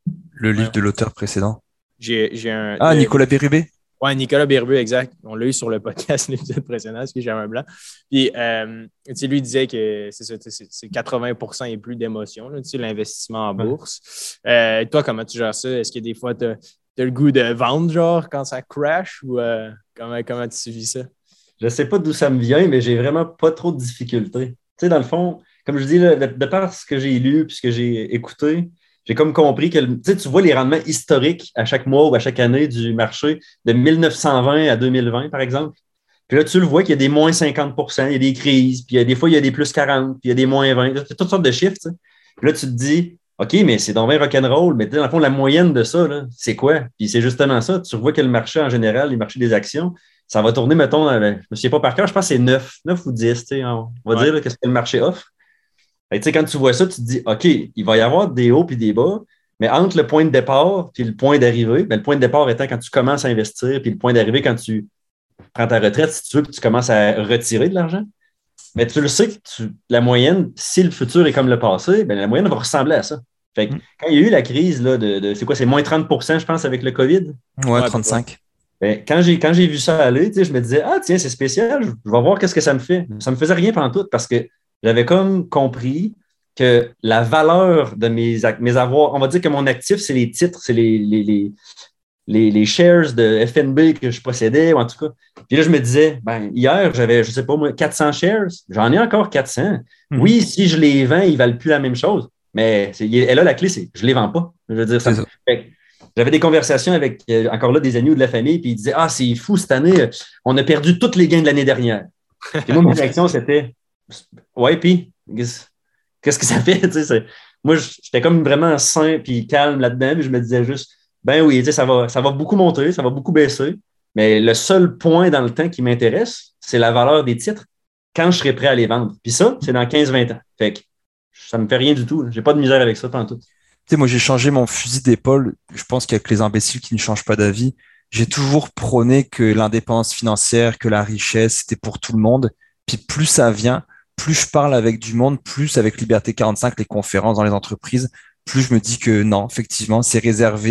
Le livre ouais. de l'auteur précédent. J'ai, j'ai un... Ah, le... Nicolas Bérubé? Oui, Nicolas Bérubé, exact. On l'a eu sur le podcast l'épisode précédent, parce que j'avais un blanc. Puis, euh, tu sais, lui disait que c'est, ça, c'est, c'est quatre-vingts pour cent et plus d'émotion, là, tu sais, l'investissement en bourse. Euh, toi, comment tu gères ça? Est-ce que des fois, tu as le goût de vendre, genre, quand ça crash, ou euh, comment, comment tu vis ça? Je ne sais pas d'où ça me vient, mais j'ai vraiment pas trop de difficultés. Tu sais, dans le fond, comme je dis, là, de, de par ce que j'ai lu puis ce que j'ai écouté, j'ai comme compris que tu vois les rendements historiques à chaque mois ou à chaque année du marché de mille neuf cent vingt à deux mille vingt, par exemple. Puis là, tu le vois qu'il y a des moins cinquante pour cent, il y a des crises, puis il y a des fois, il y a des plus quarante, puis il y a des moins vingt. C'est toutes sortes de chiffres. Tu sais. Puis là, tu te dis, OK, mais c'est donc bien rock'n'roll, mais dans le fond, la moyenne de ça, là, c'est quoi? Puis c'est justement ça. Tu vois que le marché en général, les marchés des actions, ça va tourner, mettons, je ne me souviens pas par cœur, je pense que c'est neuf, neuf ou dix. Tu sais, on va ouais. dire là, qu'est-ce que le marché offre. Et, quand tu vois ça, tu te dis, OK, il va y avoir des hauts et des bas, mais entre le point de départ et le point d'arrivée, bien, le point de départ étant quand tu commences à investir, puis le point d'arrivée quand tu prends ta retraite, si tu veux, que tu commences à retirer de l'argent. Mais tu le sais que tu, la moyenne, si le futur est comme le passé, bien, la moyenne va ressembler à ça. Fait que, mm. quand il y a eu la crise là, de, de, c'est quoi, c'est moins trente pour cent, je pense, avec le COVID? Ouais, trente-cinq. Bien, quand, j'ai, quand j'ai vu ça aller, je me disais, ah, tiens, c'est spécial, je vais voir qu'est-ce que ça me fait. Ça ne me faisait rien pendant tout parce que j'avais comme compris que la valeur de mes, mes avoirs, on va dire que mon actif, c'est les titres, c'est les, les, les, les, les shares de F N B que je possédais, ou en tout cas. Puis là, je me disais, ben, hier, j'avais, je ne sais pas moi, quatre cents shares. J'en ai encore quatre cents. Mm-hmm. Oui, si je les vends, ils ne valent plus la même chose. Mais c'est, et là, la clé, c'est je ne les vends pas. Je veux dire, ça, ça. Fait, j'avais des conversations avec, euh, encore là, des amis ou de la famille, puis ils disaient, ah, c'est fou, cette année, on a perdu tous les gains de l'année dernière. Et moi, ma réaction, c'était, ouais, puis, qu'est-ce que ça fait? Tu sais, c'est... Moi, j'étais comme vraiment sain puis calme là-dedans. Puis je me disais juste, ben oui, tu sais, ça va, ça va beaucoup monter, ça va beaucoup baisser. Mais le seul point dans le temps qui m'intéresse, c'est la valeur des titres quand je serai prêt à les vendre. Puis ça, c'est dans quinze vingt ans. Fait que ça ne me fait rien du tout. J'ai pas de misère avec ça pendant tout. Tu sais, moi, j'ai changé mon fusil d'épaule. Je pense qu'il y a que les imbéciles qui ne changent pas d'avis. J'ai toujours prôné que l'indépendance financière, que la richesse, c'était pour tout le monde. Puis plus ça vient, plus je parle avec du monde, plus avec Liberté quarante-cinq, les conférences dans les entreprises, plus je me dis que non, effectivement, c'est réservé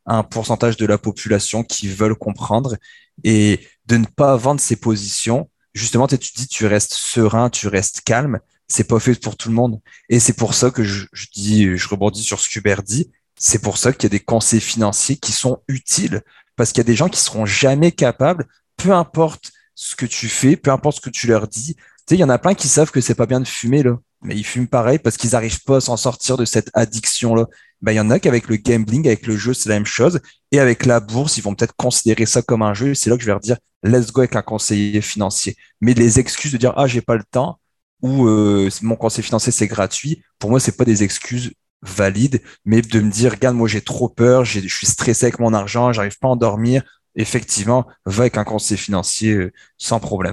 à un pourcentage de la population qui veulent comprendre et de ne pas vendre ses positions. Justement, tu dis, tu restes serein, tu restes calme. C'est pas fait pour tout le monde. Et c'est pour ça que je, je dis, je rebondis sur ce qu'Hubert dit. C'est pour ça qu'il y a des conseils financiers qui sont utiles parce qu'il y a des gens qui seront jamais capables, peu importe ce que tu fais, peu importe ce que tu leur dis. Tu sais, il y en a plein qui savent que c'est pas bien de fumer, là. Mais ils fument pareil parce qu'ils n'arrivent pas à s'en sortir de cette addiction-là. Ben, il y en a qu'avec le gambling, avec le jeu, c'est la même chose. Et avec la bourse, ils vont peut-être considérer ça comme un jeu. C'est là que je vais leur dire, let's go avec un conseiller financier. Mais les excuses de dire, ah, j'ai pas le temps ou euh, mon conseiller financier, c'est gratuit, pour moi, c'est pas des excuses valides, mais de me dire, regarde, moi, j'ai trop peur, j'ai, je suis stressé avec mon argent, j'arrive pas à en dormir. Effectivement, va avec un conseiller financier euh, sans problème.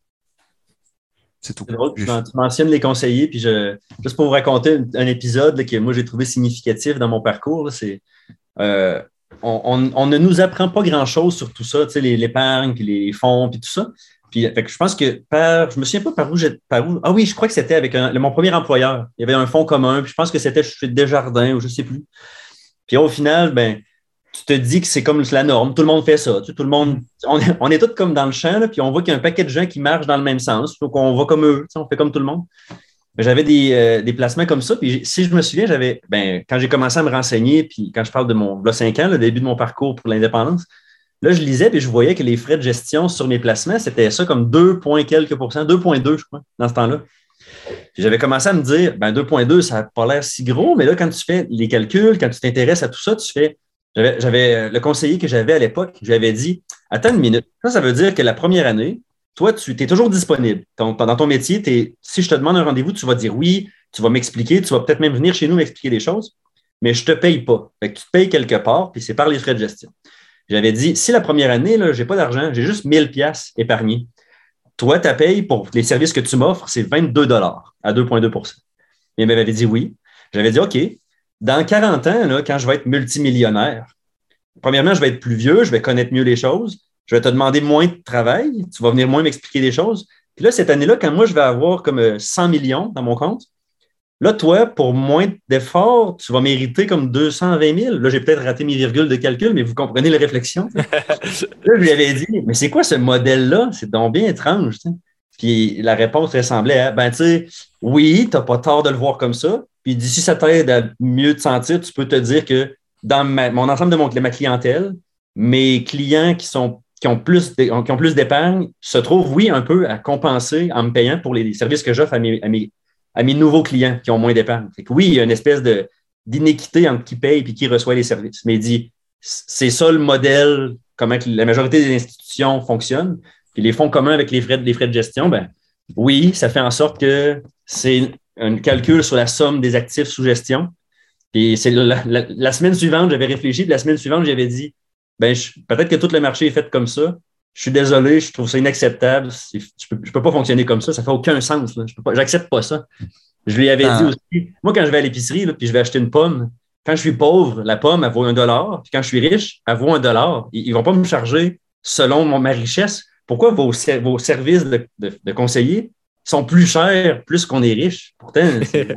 C'est tout. C'est drôle, tu, tu mentionnes les conseillers, puis je, juste pour vous raconter un, un épisode là, que moi j'ai trouvé significatif dans mon parcours, là, c'est euh, on, on, on ne nous apprend pas grand-chose sur tout ça, tu sais, les, l'épargne, puis les fonds, puis tout ça. Puis fait que je pense que par, je me souviens pas par où j'ai, par où, ah oui, je crois que c'était avec un, mon premier employeur. Il y avait un fonds commun, puis je pense que c'était chez Desjardins ou je sais plus. Puis au final, ben tu te dis que c'est comme la norme, tout le monde fait ça. Tu sais, tout le monde, on, est, on est tous comme dans le champ, là, puis on voit qu'il y a un paquet de gens qui marchent dans le même sens. Donc, on va comme eux, tu sais, on fait comme tout le monde. J'avais des, euh, des placements comme ça. Puis si je me souviens, j'avais, ben, quand j'ai commencé à me renseigner, puis quand je parle de mon là, cinq ans, le début de mon parcours pour l'indépendance, là, je lisais, puis je voyais que les frais de gestion sur mes placements, c'était ça comme deux points quelques pourcents, deux virgule deux, je crois, dans ce temps-là. Puis j'avais commencé à me dire, ben deux virgule deux, ça n'a pas l'air si gros, mais là, quand tu fais les calculs, quand tu t'intéresses à tout ça, tu fais. J'avais, j'avais le conseiller que j'avais à l'époque, je lui avais dit, attends une minute, ça, ça veut dire que la première année, toi, tu es toujours disponible. Ton, dans ton métier, t'es, si je te demande un rendez-vous, tu vas dire oui, tu vas m'expliquer, tu vas peut-être même venir chez nous m'expliquer des choses, mais je ne te paye pas. Fait que tu te payes quelque part, puis c'est par les frais de gestion. J'avais dit, si la première année, je n'ai pas d'argent, j'ai juste mille dollars épargnés, toi, ta paye pour les services que tu m'offres, c'est vingt-deux dollars à deux virgule deux pour cent. Il m'avait dit oui. J'avais dit, OK, dans quarante ans, là, quand je vais être multimillionnaire, premièrement, je vais être plus vieux, je vais connaître mieux les choses, je vais te demander moins de travail, tu vas venir moins m'expliquer des choses. Puis là, cette année-là, quand moi, je vais avoir comme cent millions dans mon compte, là, toi, pour moins d'efforts, tu vas mériter comme deux cent vingt mille. Là, j'ai peut-être raté mes virgules de calcul, mais vous comprenez la réflexion. Là, je lui avais dit, mais c'est quoi ce modèle-là? C'est donc bien étrange. T'sais. Puis la réponse ressemblait à, ben, tu sais, oui, tu n'as pas tort de le voir comme ça. Puis d'ici, ça t'aide à mieux te sentir, tu peux te dire que dans ma, mon ensemble de, mon, de ma clientèle, mes clients qui, sont, qui, ont plus de, qui ont plus d'épargne se trouvent, oui, un peu à compenser en me payant pour les services que j'offre à mes, à mes, à mes nouveaux clients qui ont moins d'épargne. Fait que oui, il y a une espèce de, d'inéquité entre qui paye et qui reçoit les services. Mais il dit, c'est ça le modèle, comment la majorité des institutions fonctionnent. Puis les fonds communs avec les frais, les frais de gestion, ben oui, ça fait en sorte que c'est un calcul sur la somme des actifs sous gestion. Puis c'est la, la, la semaine suivante, j'avais réfléchi, puis la semaine suivante, j'avais dit, ben je, peut-être que tout le marché est fait comme ça. Je suis désolé, je trouve ça inacceptable. C'est, je ne peux, peux pas fonctionner comme ça, ça ne fait aucun sens. Là. Je peux pas, j'accepte pas ça. Je lui avais ah. dit aussi, moi, quand je vais à l'épicerie, là, puis je vais acheter une pomme, quand je suis pauvre, la pomme, elle vaut un dollar. Puis quand je suis riche, elle vaut un dollar. Ils ne vont pas me charger selon mon, ma richesse. Pourquoi vos, vos services de, de, de conseiller sont plus chers plus qu'on est riche? Pourtant,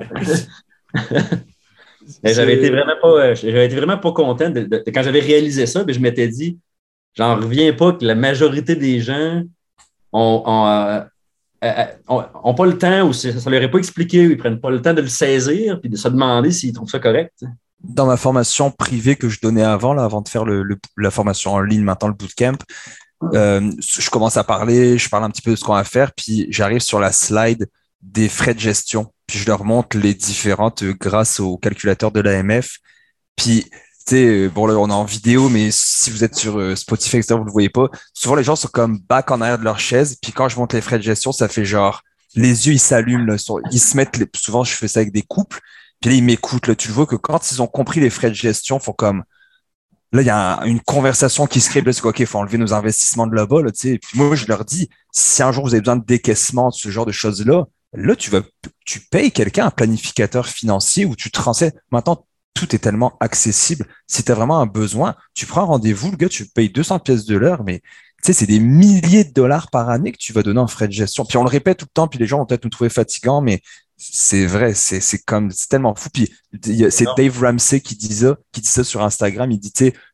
j'avais été vraiment pas, j'avais été vraiment pas content de, de, de, quand j'avais réalisé ça, mais je m'étais dit, j'en reviens pas que la majorité des gens ont, ont, euh, euh, ont, ont pas le temps ou ça ne leur est pas expliqué ou ils prennent pas le temps de le saisir puis de se demander s'ils trouvent ça correct. Dans ma formation privée que je donnais avant, là, avant de faire le, le, la formation en ligne, maintenant le bootcamp, Euh, je commence à parler, je parle un petit peu de ce qu'on va faire, puis j'arrive sur la slide des frais de gestion, puis je leur montre les différentes euh, grâce au calculateur de l'A M F. Puis, tu sais, bon là, on est en vidéo, mais si vous êtes sur euh, Spotify, et cetera, vous ne le voyez pas. Souvent, les gens sont comme back en arrière de leur chaise, puis quand je montre les frais de gestion, ça fait genre, les yeux, ils s'allument, là, sur, ils se mettent, les, souvent, je fais ça avec des couples, puis là, ils m'écoutent, là, tu le vois que quand ils ont compris les frais de gestion, ils font comme, là, il y a un, une conversation qui se crée. Là, c'est quoi, OK, il faut enlever nos investissements de là-bas. Là, tu sais. Puis moi, je leur dis, si un jour vous avez besoin de décaissement, de ce genre de choses-là, là, tu vas, tu payes quelqu'un, un planificateur financier, où tu te renseignes. Maintenant, tout est tellement accessible. Si tu as vraiment un besoin, tu prends un rendez-vous, le gars, tu payes deux cents pièces de l'heure, mais tu sais, c'est des milliers de dollars par année que tu vas donner en frais de gestion. Puis on le répète tout le temps, puis les gens vont peut-être nous trouver fatigants, mais c'est vrai, c'est, c'est comme, c'est tellement fou. Puis c'est Dave Ramsey qui dit ça, qui dit ça sur Instagram. Il dit, tu sais,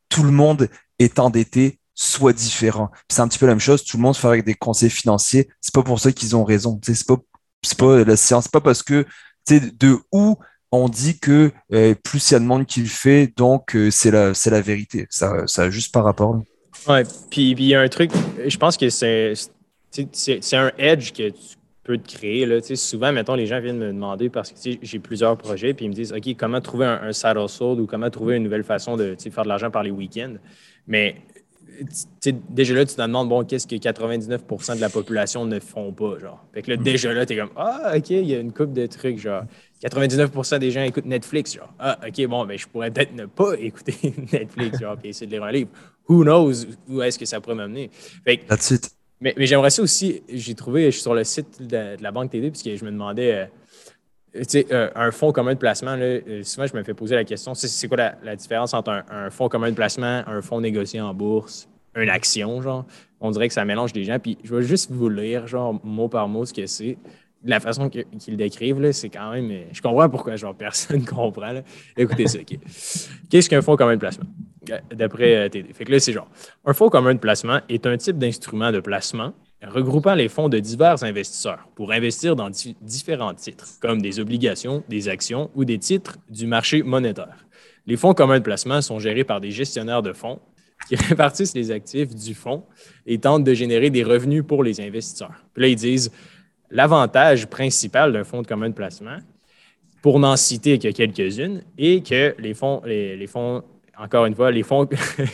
tout le monde est endetté, soit différent. Puis c'est un petit peu la même chose, tout le monde fait avec des conseils financiers, c'est pas pour ça qu'ils ont raison. Tu sais, c'est pas, c'est pas la science, c'est pas parce que, tu sais, de où on dit que euh, plus il y a de monde qui le fait, donc euh, c'est la, c'est la vérité. Ça, ça a juste par rapport. Là. Ouais, puis puis il y a un truc, je pense que c'est, c'est, c'est c'est un edge que tu peux te créer. Là. Tu sais, souvent, mettons, les gens viennent me demander parce que tu sais, j'ai plusieurs projets, puis ils me disent OK, comment trouver un, un side hustle ou comment trouver une nouvelle façon de tu sais, faire de l'argent par les week-ends. Mais tu sais, déjà là, tu te demandes, bon, qu'est-ce que quatre-vingt-dix-neuf pour cent de la population ne font pas, genre. Fait que là, déjà là, t'es comme, ah, OK, il y a une couple de trucs, genre. quatre-vingt-dix-neuf pour cent des gens écoutent Netflix, genre. Ah, OK, bon, ben, je pourrais peut-être ne pas écouter Netflix, genre, puis essayer de lire un livre. Who knows où est-ce que ça pourrait m'amener? Fait que, That's it. mais, mais j'aimerais ça aussi, j'ai trouvé, je suis sur le site de, de la Banque T D, puisque je me demandais, euh, tu sais, euh, un fonds commun de placement, là, euh, souvent, je me fais poser la question, c'est, c'est quoi la, la différence entre un, un fonds commun de placement, un fonds négocié en bourse, une action, genre? On dirait que ça mélange des gens. Puis je vais juste vous lire, genre, mot par mot, ce que c'est. De la façon que, qu'ils le décrivent, là, c'est quand même... Je comprends pourquoi, genre, personne ne comprend. Là. Écoutez ça, OK. Qu'est-ce qu'un fonds commun de placement? D'après euh, T D. Fait que là, c'est genre, un fonds commun de placement est un type d'instrument de placement regroupant les fonds de divers investisseurs pour investir dans di- différents titres, comme des obligations, des actions ou des titres du marché monétaire. Les fonds communs de placement sont gérés par des gestionnaires de fonds qui répartissent les actifs du fonds et tentent de générer des revenus pour les investisseurs. Puis là, ils disent l'avantage principal d'un fonds de commun de placement, pour n'en citer que quelques-unes, est que les fonds, les, les fonds encore une fois, les fonds,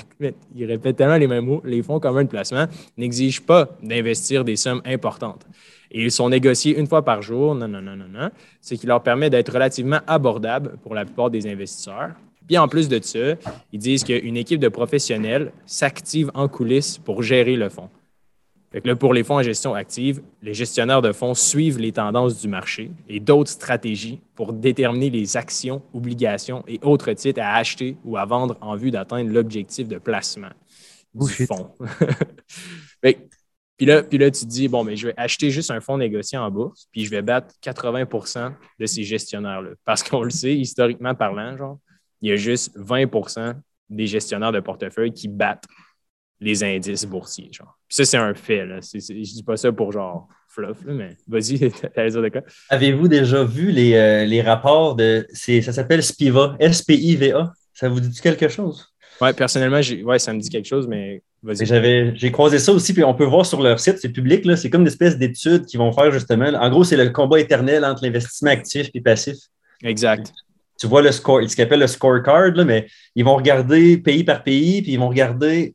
ils répètent tellement les mêmes mots, les fonds communs de placement n'exigent pas d'investir des sommes importantes. Et ils sont négociés une fois par jour, non, non, non, non, non, ce qui leur permet d'être relativement abordables pour la plupart des investisseurs. Puis en plus de ça, ils disent qu'une équipe de professionnels s'active en coulisses pour gérer le fonds. Fait que là, pour les fonds en gestion active, les gestionnaires de fonds suivent les tendances du marché et d'autres stratégies pour déterminer les actions, obligations et autres titres à acheter ou à vendre en vue d'atteindre l'objectif de placement du Bullshit. fonds. Fait que, puis là, puis là, tu te dis, bon, mais je vais acheter juste un fonds négocié en bourse, puis je vais battre quatre-vingts pour cent de ces gestionnaires-là. Parce qu'on le sait, historiquement parlant, genre, il y a juste vingt pour cent des gestionnaires de portefeuille qui battent les indices boursiers. Genre. Puis ça, c'est un fait. Là. C'est, c'est, je dis pas ça pour genre fluff, là, mais vas-y, t'allais dire de quoi? Avez-vous déjà vu les, euh, les rapports de. C'est, ça s'appelle SPIVA, S P I V A. Ça vous dit quelque chose? Ouais, personnellement, j'ai, ouais, ça me dit quelque chose, mais vas-y. J'avais, j'ai croisé ça aussi, puis on peut voir sur leur site, c'est public, là, c'est comme une espèce d'étude qu'ils vont faire justement. En gros, c'est le combat éternel entre l'investissement actif et passif. Exact. Tu vois le score, ce qu'ils appellent le scorecard, là, mais ils vont regarder pays par pays, puis ils vont regarder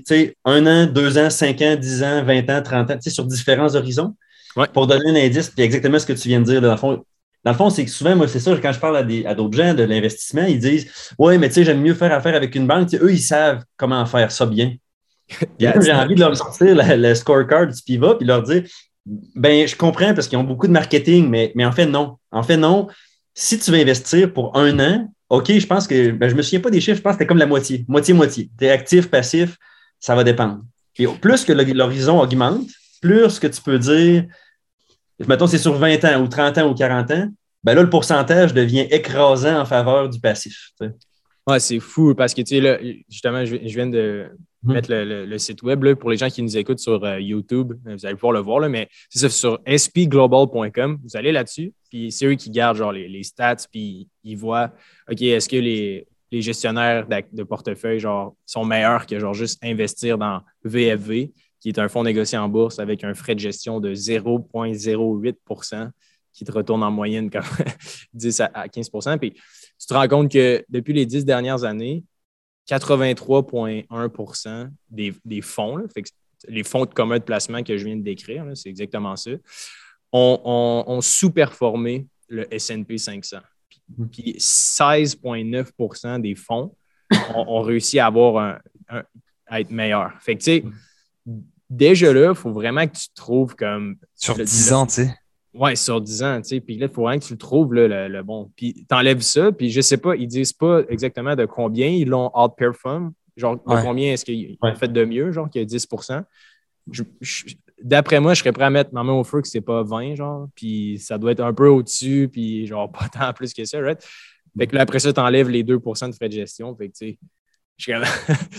un an, deux ans, cinq ans, dix ans, vingt ans, trente ans, sur différents horizons Ouais. pour donner un indice. Puis exactement ce que tu viens de dire. Là, dans le fond, dans le fond, c'est que souvent, moi, c'est ça, quand je parle à, des, à d'autres gens de l'investissement, ils disent ouais, mais tu sais, j'aime mieux faire affaire avec une banque. Eux, ils savent comment faire ça bien. Puis là, j'ai envie de leur sortir le, le scorecard du Piva puis leur dire ben, je comprends parce qu'ils ont beaucoup de marketing, mais, mais en fait, non. En fait, non. Si tu veux investir pour un an, OK, je pense que, ben, je ne me souviens pas des chiffres, je pense que c'était comme la moitié, moitié-moitié. Tu es actif, passif, ça va dépendre. Et plus que l'horizon augmente, plus que tu peux dire, mettons, c'est sur vingt ans ou trente ans ou quarante ans, ben là, le pourcentage devient écrasant en faveur du passif. Tu sais. Ouais, c'est fou parce que, tu sais, là, justement, je, je viens de mettre le, le, le site web là, pour les gens qui nous écoutent sur euh, YouTube. Vous allez pouvoir le voir, là, mais c'est ça, sur s p global point com. Vous allez là-dessus, puis c'est eux qui gardent genre, les, les stats, puis ils voient, OK, est-ce que les, les gestionnaires de portefeuille genre, sont meilleurs que genre, juste investir dans V F V, qui est un fonds négocié en bourse avec un frais de gestion de zéro virgule zéro huit pour cent qui te retourne en moyenne comme dix à quinze pour cent. Puis tu te rends compte que depuis les dix dernières années, quatre-vingt-trois virgule un pour cent des, des fonds, là, fait que les fonds de commun de placement que je viens de décrire, là, c'est exactement ça, ont, ont, ont sous-performé le S and P cinq cents. Puis, puis seize virgule neuf pour cent des fonds ont, ont réussi à, avoir un, un, à être meilleurs. Fait que, tu sais, déjà là, il faut vraiment que tu te trouves comme... Sur le, dix le, ans, tu sais. Ouais, sur dix ans, tu sais. Puis là, il faut vraiment que tu le trouves, là, le, le bon. Puis t'enlèves ça, puis je sais pas, ils disent pas exactement de combien ils l'ont outperform. Genre, de Ouais. combien est-ce qu'ils Ouais. ont fait de mieux, genre, qu'il y a dix pour cent. Je, je, d'après moi, je serais prêt à mettre ma main au feu que c'est pas vingt, genre, puis ça doit être un peu au-dessus, puis genre, pas tant plus que ça, right? Fait que là, après ça, t'enlèves les deux pour cent de frais de gestion. Fait que, tu sais, Je suis comme,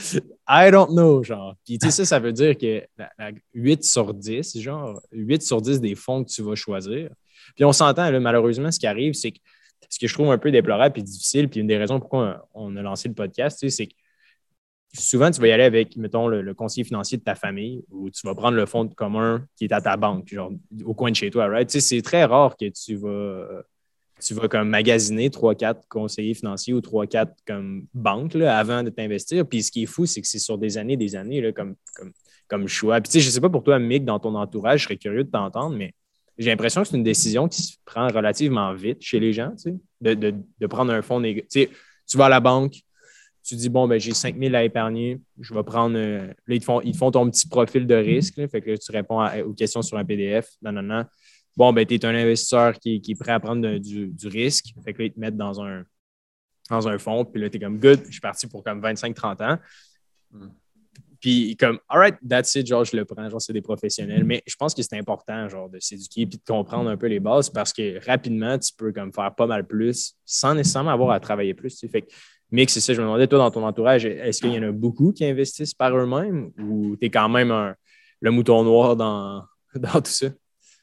I don't know, genre. Puis, tu sais, ça, ça veut dire que la, la huit sur dix, genre, huit sur dix des fonds que tu vas choisir. Puis, on s'entend, là, malheureusement, ce qui arrive, c'est que ce que je trouve un peu déplorable et difficile, puis une des raisons pourquoi on a lancé le podcast, tu sais, c'est que souvent, tu vas y aller avec, mettons, le, le conseiller financier de ta famille ou tu vas prendre le fonds commun qui est à ta banque, genre au coin de chez toi, right? Tu sais, c'est très rare que tu vas, tu vas comme magasiner trois quatre conseillers financiers ou trois quatre comme banques là, avant de t'investir. Puis ce qui est fou, c'est que c'est sur des années, des années là, comme, comme, comme choix. Puis tu sais, je ne sais pas pour toi, Mick, dans ton entourage, je serais curieux de t'entendre, mais j'ai l'impression que c'est une décision qui se prend relativement vite chez les gens, tu sais, de, de, de prendre un fonds négatif. Tu sais, tu vas à la banque, tu dis, bon, ben, j'ai cinq mille à épargner, je vais prendre. Euh, là, ils te, font, ils te font ton petit profil de risque. Là, fait que là, tu réponds à, aux questions sur un P D F. Non, non, non. Bon, ben, tu es un investisseur qui, qui est prêt à prendre de, du, du risque. Fait que là, ils te mettent dans un, dans un fonds. Puis là, tu es comme, good, je suis parti pour comme vingt-cinq trente ans. Mm. Puis comme, all right, that's it, genre, je le prends, genre, c'est des professionnels. Mais je pense que c'est important, genre, de s'éduquer et de comprendre un peu les bases parce que rapidement, tu peux comme faire pas mal plus sans nécessairement avoir à travailler plus. Tu sais. Fait que, Mick, c'est ça, je me demandais, toi, dans ton entourage, est-ce qu'il y en a beaucoup qui investissent par eux-mêmes ou tu es quand même un, le mouton noir dans, dans tout ça?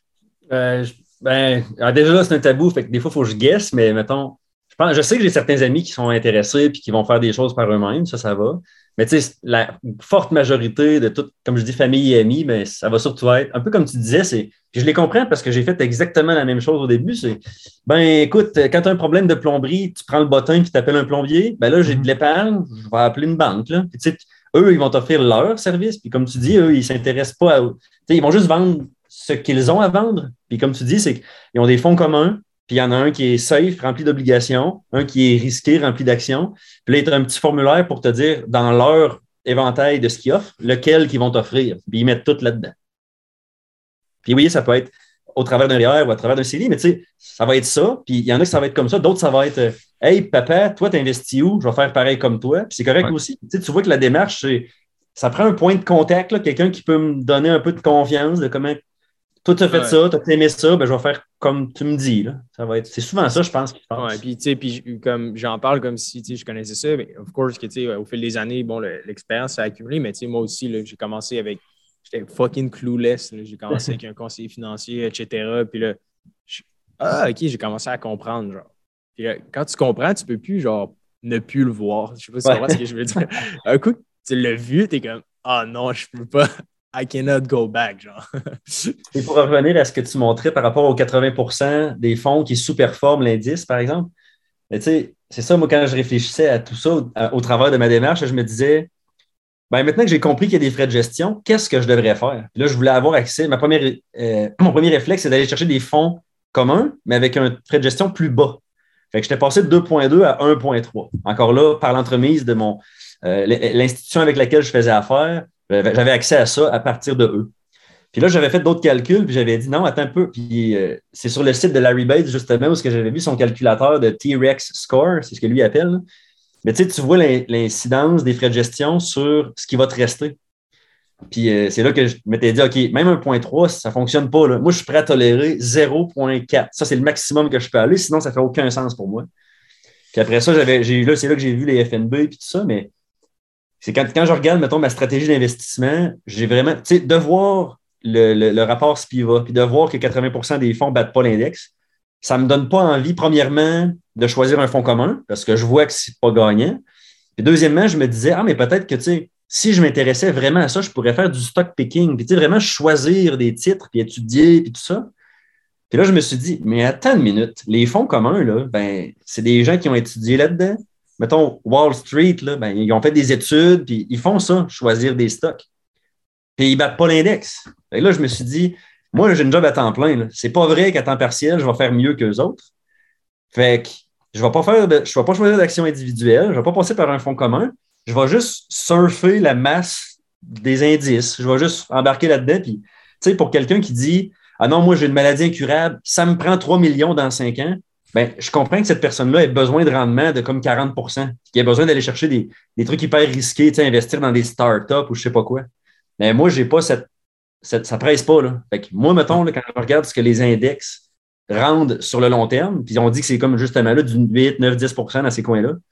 Euh, je, ben, alors déjà, là, c'est un tabou, fait que des fois, il faut que je guesse, mais mettons, je, pense, je sais que j'ai certains amis qui sont intéressés et qui vont faire des choses par eux-mêmes, ça, ça va. Mais tu sais, la forte majorité de tout, comme je dis, famille et amis, mais ça va surtout être, un peu comme tu disais, c'est, puis je les comprends parce que j'ai fait exactement la même chose au début, c'est, ben écoute, quand tu as un problème de plomberie, tu prends le bottin puis tu appelles un plombier, ben là, j'ai de l'épargne, je vais appeler une banque, là. Puis, tu sais, eux, ils vont t'offrir leur service, puis comme tu dis, eux, ils ne s'intéressent pas à, tu sais, ils vont juste vendre ce qu'ils ont à vendre. Puis comme tu dis, c'est qu'ils ont des fonds communs, puis il y en a un qui est safe, rempli d'obligations, un qui est risqué, rempli d'actions. Puis là, il y a un petit formulaire pour te dire, dans leur éventail de ce qu'ils offrent, lequel qu'ils vont t'offrir. Puis ils mettent tout là-dedans. Puis oui, ça peut être au travers d'un R E E R ou à travers d'un C D I, mais tu sais, ça va être ça. Puis il y en a qui ça va être comme ça. D'autres, ça va être « Hey, papa, toi, tu investis où? Je vais faire pareil comme toi. » Puis c'est correct ouais. aussi. Tu sais, tu vois que la démarche, c'est, ça prend un point de contact, là, quelqu'un qui peut me donner un peu de confiance de comment toi, tu as fait ouais. ça, tu as aimé ça, ben, je vais faire comme tu me dis. Là. Ça va être, c'est souvent ça, je pense, qu'il passe. Ouais, puis, tu sais, puis comme j'en parle comme si je connaissais ça, mais of course, que, au fil des années, bon, le, l'expérience s'est accumulée, mais moi aussi, là, j'ai commencé avec, j'étais fucking clueless. Là, j'ai commencé avec un conseiller financier, et cetera. Puis là, je, ah, OK, j'ai commencé à comprendre. Genre. Puis là, quand tu comprends, tu peux plus, genre, ne plus le voir. Je sais pas si tu comprends ce que je veux dire. Un coup, tu l'as vu, tu es comme, ah non, je peux pas. I cannot go back, genre. Et pour revenir à ce que tu montrais par rapport aux quatre-vingts pour cent des fonds qui sous-performent l'indice, par exemple, tu sais, c'est ça, moi, quand je réfléchissais à tout ça au, à, au travers de ma démarche, je me disais, ben maintenant que j'ai compris qu'il y a des frais de gestion, qu'est-ce que je devrais faire? Puis là, je voulais avoir accès. Ma première, euh, mon premier réflexe, c'est d'aller chercher des fonds communs, mais avec un frais de gestion plus bas. Fait que j'étais passé de deux virgule deux à un virgule trois. Encore là, par l'entremise de mon euh, l'institution avec laquelle je faisais affaire, j'avais accès à ça à partir de eux. Puis là, j'avais fait d'autres calculs, puis j'avais dit non, attends un peu. Puis euh, c'est sur le site de Larry Bates, justement, où j'avais vu son calculateur de T-Rex Score, c'est ce que lui appelle. Là. Mais tu sais, tu vois l'incidence des frais de gestion sur ce qui va te rester. Puis euh, c'est là que je m'étais dit, OK, même un virgule trois, ça ne fonctionne pas. Là. Moi, je suis prêt à tolérer zéro virgule quatre. Ça, c'est le maximum que je peux aller, sinon, ça ne fait aucun sens pour moi. Puis après ça, j'avais, j'ai, là, c'est là que j'ai vu les F N B et tout ça, mais c'est quand, quand je regarde, mettons, ma stratégie d'investissement, j'ai vraiment, tu sais, de voir le, le, le rapport Spiva, puis de voir que quatre-vingts pour cent des fonds ne battent pas l'index, ça ne me donne pas envie, premièrement, de choisir un fonds commun, parce que je vois que c'est pas gagnant. Puis deuxièmement, je me disais, ah, mais peut-être que, tu sais, si je m'intéressais vraiment à ça, je pourrais faire du stock picking, puis tu sais, vraiment choisir des titres, puis étudier, puis tout ça. Puis là, je me suis dit, mais attends une minute, les fonds communs, là, ben, c'est des gens qui ont étudié là-dedans. Mettons, Wall Street, là, ben, ils ont fait des études, puis ils font ça, choisir des stocks. Puis ils ne battent pas l'index. Et là, je me suis dit, moi, j'ai une job à temps plein. Là. C'est pas vrai qu'à temps partiel, je vais faire mieux qu'eux autres. Fait que je ne vais pas faire de, je vais pas choisir d'actions individuelles, je ne vais pas passer par un fonds commun. Je vais juste surfer la masse des indices. Je vais juste embarquer là-dedans. Puis, tu sais, pour quelqu'un qui dit, ah non, moi, j'ai une maladie incurable, ça me prend trois millions dans cinq ans. Ben, je comprends que cette personne-là ait besoin de rendement de comme quarante pour cent, qu'il a besoin d'aller chercher des, des trucs hyper risqués, tu sais, investir dans des startups ou je sais pas quoi. Mais moi, j'ai pas cette, cette ça presse pas, là. Fait que moi, mettons, là, quand je regarde ce que les index rendent sur le long terme, puis on dit que c'est comme justement là du huit, neuf, dix pour cent dans ces coins-là,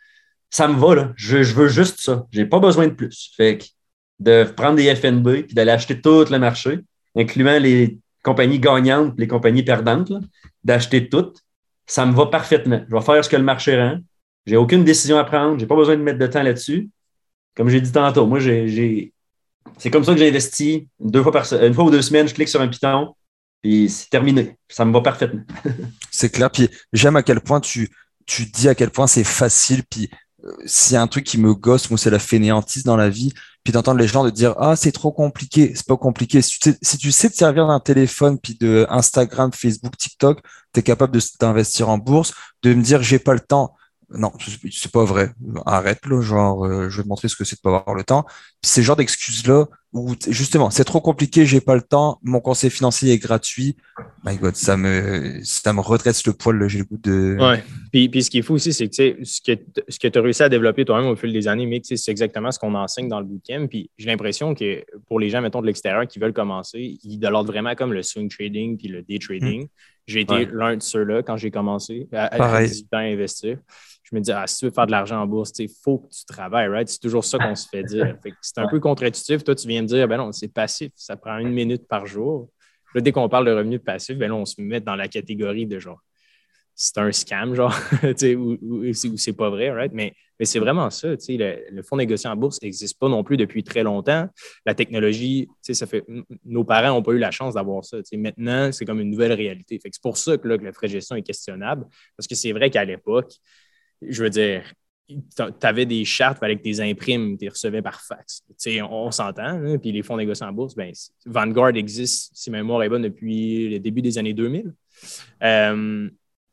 ça me va, là. Je, je veux juste ça. J'ai pas besoin de plus. Fait que de prendre des F N B et d'aller acheter tout le marché, incluant les compagnies gagnantes et les compagnies perdantes, là, d'acheter toutes, ça me va parfaitement. Je vais faire ce que le marché rend. J'ai aucune décision à prendre. J'ai pas besoin de mettre de temps là-dessus. Comme j'ai dit tantôt, moi, j'ai, j'ai... c'est comme ça que j'investis. Deux fois par... Une fois ou deux semaines, je clique sur un piton, puis c'est terminé. Ça me va parfaitement. C'est clair. Puis j'aime à quel point tu, tu dis à quel point c'est facile. Puis euh, s'il y a un truc qui me gosse, moi, c'est la fainéantise dans la vie. Puis d'entendre les gens de dire, ah, c'est trop compliqué. C'est pas compliqué. Si tu sais, si tu sais te servir d'un téléphone, puis de Instagram, Facebook, TikTok, tu es capable de d'investir en bourse, de me dire, j'ai pas le temps. Non, c'est pas vrai. Arrête, là, genre, euh, je vais te montrer ce que c'est de pas avoir le temps. Puis ces genres d'excuses-là, où justement, c'est trop compliqué, j'ai pas le temps, mon conseil financier est gratuit. My God, ça me, ça me redresse le poil, là, j'ai le goût de. Ouais. Puis, puis ce qui est fou aussi, c'est que tu sais, ce que ce que tu as réussi à développer toi-même au fil des années, mais c'est exactement ce qu'on enseigne dans le bootcamp. Puis j'ai l'impression que pour les gens, mettons, de l'extérieur qui veulent commencer, ils idolâtrent vraiment comme le swing trading puis le day trading. Mmh. J'ai été ouais. l'un de ceux-là quand j'ai commencé à, à dix-huit ans à investir. Je me dis, ah, si tu veux faire de l'argent en bourse, il faut que tu travailles, right? C'est toujours ça qu'on se fait dire. Fait que c'est un peu contre-intuitif. Toi, tu viens me dire, ben non, c'est passif, ça prend une minute par jour. Là, dès qu'on parle de revenus passifs, ben là, on se met dans la catégorie de genre, c'est un scam, genre, ou, ou, ou c'est pas vrai, right? Mais, mais c'est vraiment ça. Le, le fonds négocié en bourse n'existe pas non plus depuis très longtemps. La technologie, ça fait, nos parents n'ont pas eu la chance d'avoir ça. T'sais. Maintenant, c'est comme une nouvelle réalité. Fait que c'est pour ça que, là, que le frais de gestion est questionnable. Parce que c'est vrai qu'à l'époque, je veux dire, tu avais des chartes, il fallait que tu les imprimes, tu les recevais par fax. On, on s'entend, hein? Puis les fonds négociés en bourse, ben, Vanguard existe, si ma mémoire est bonne, depuis le début des années deux mille. Euh,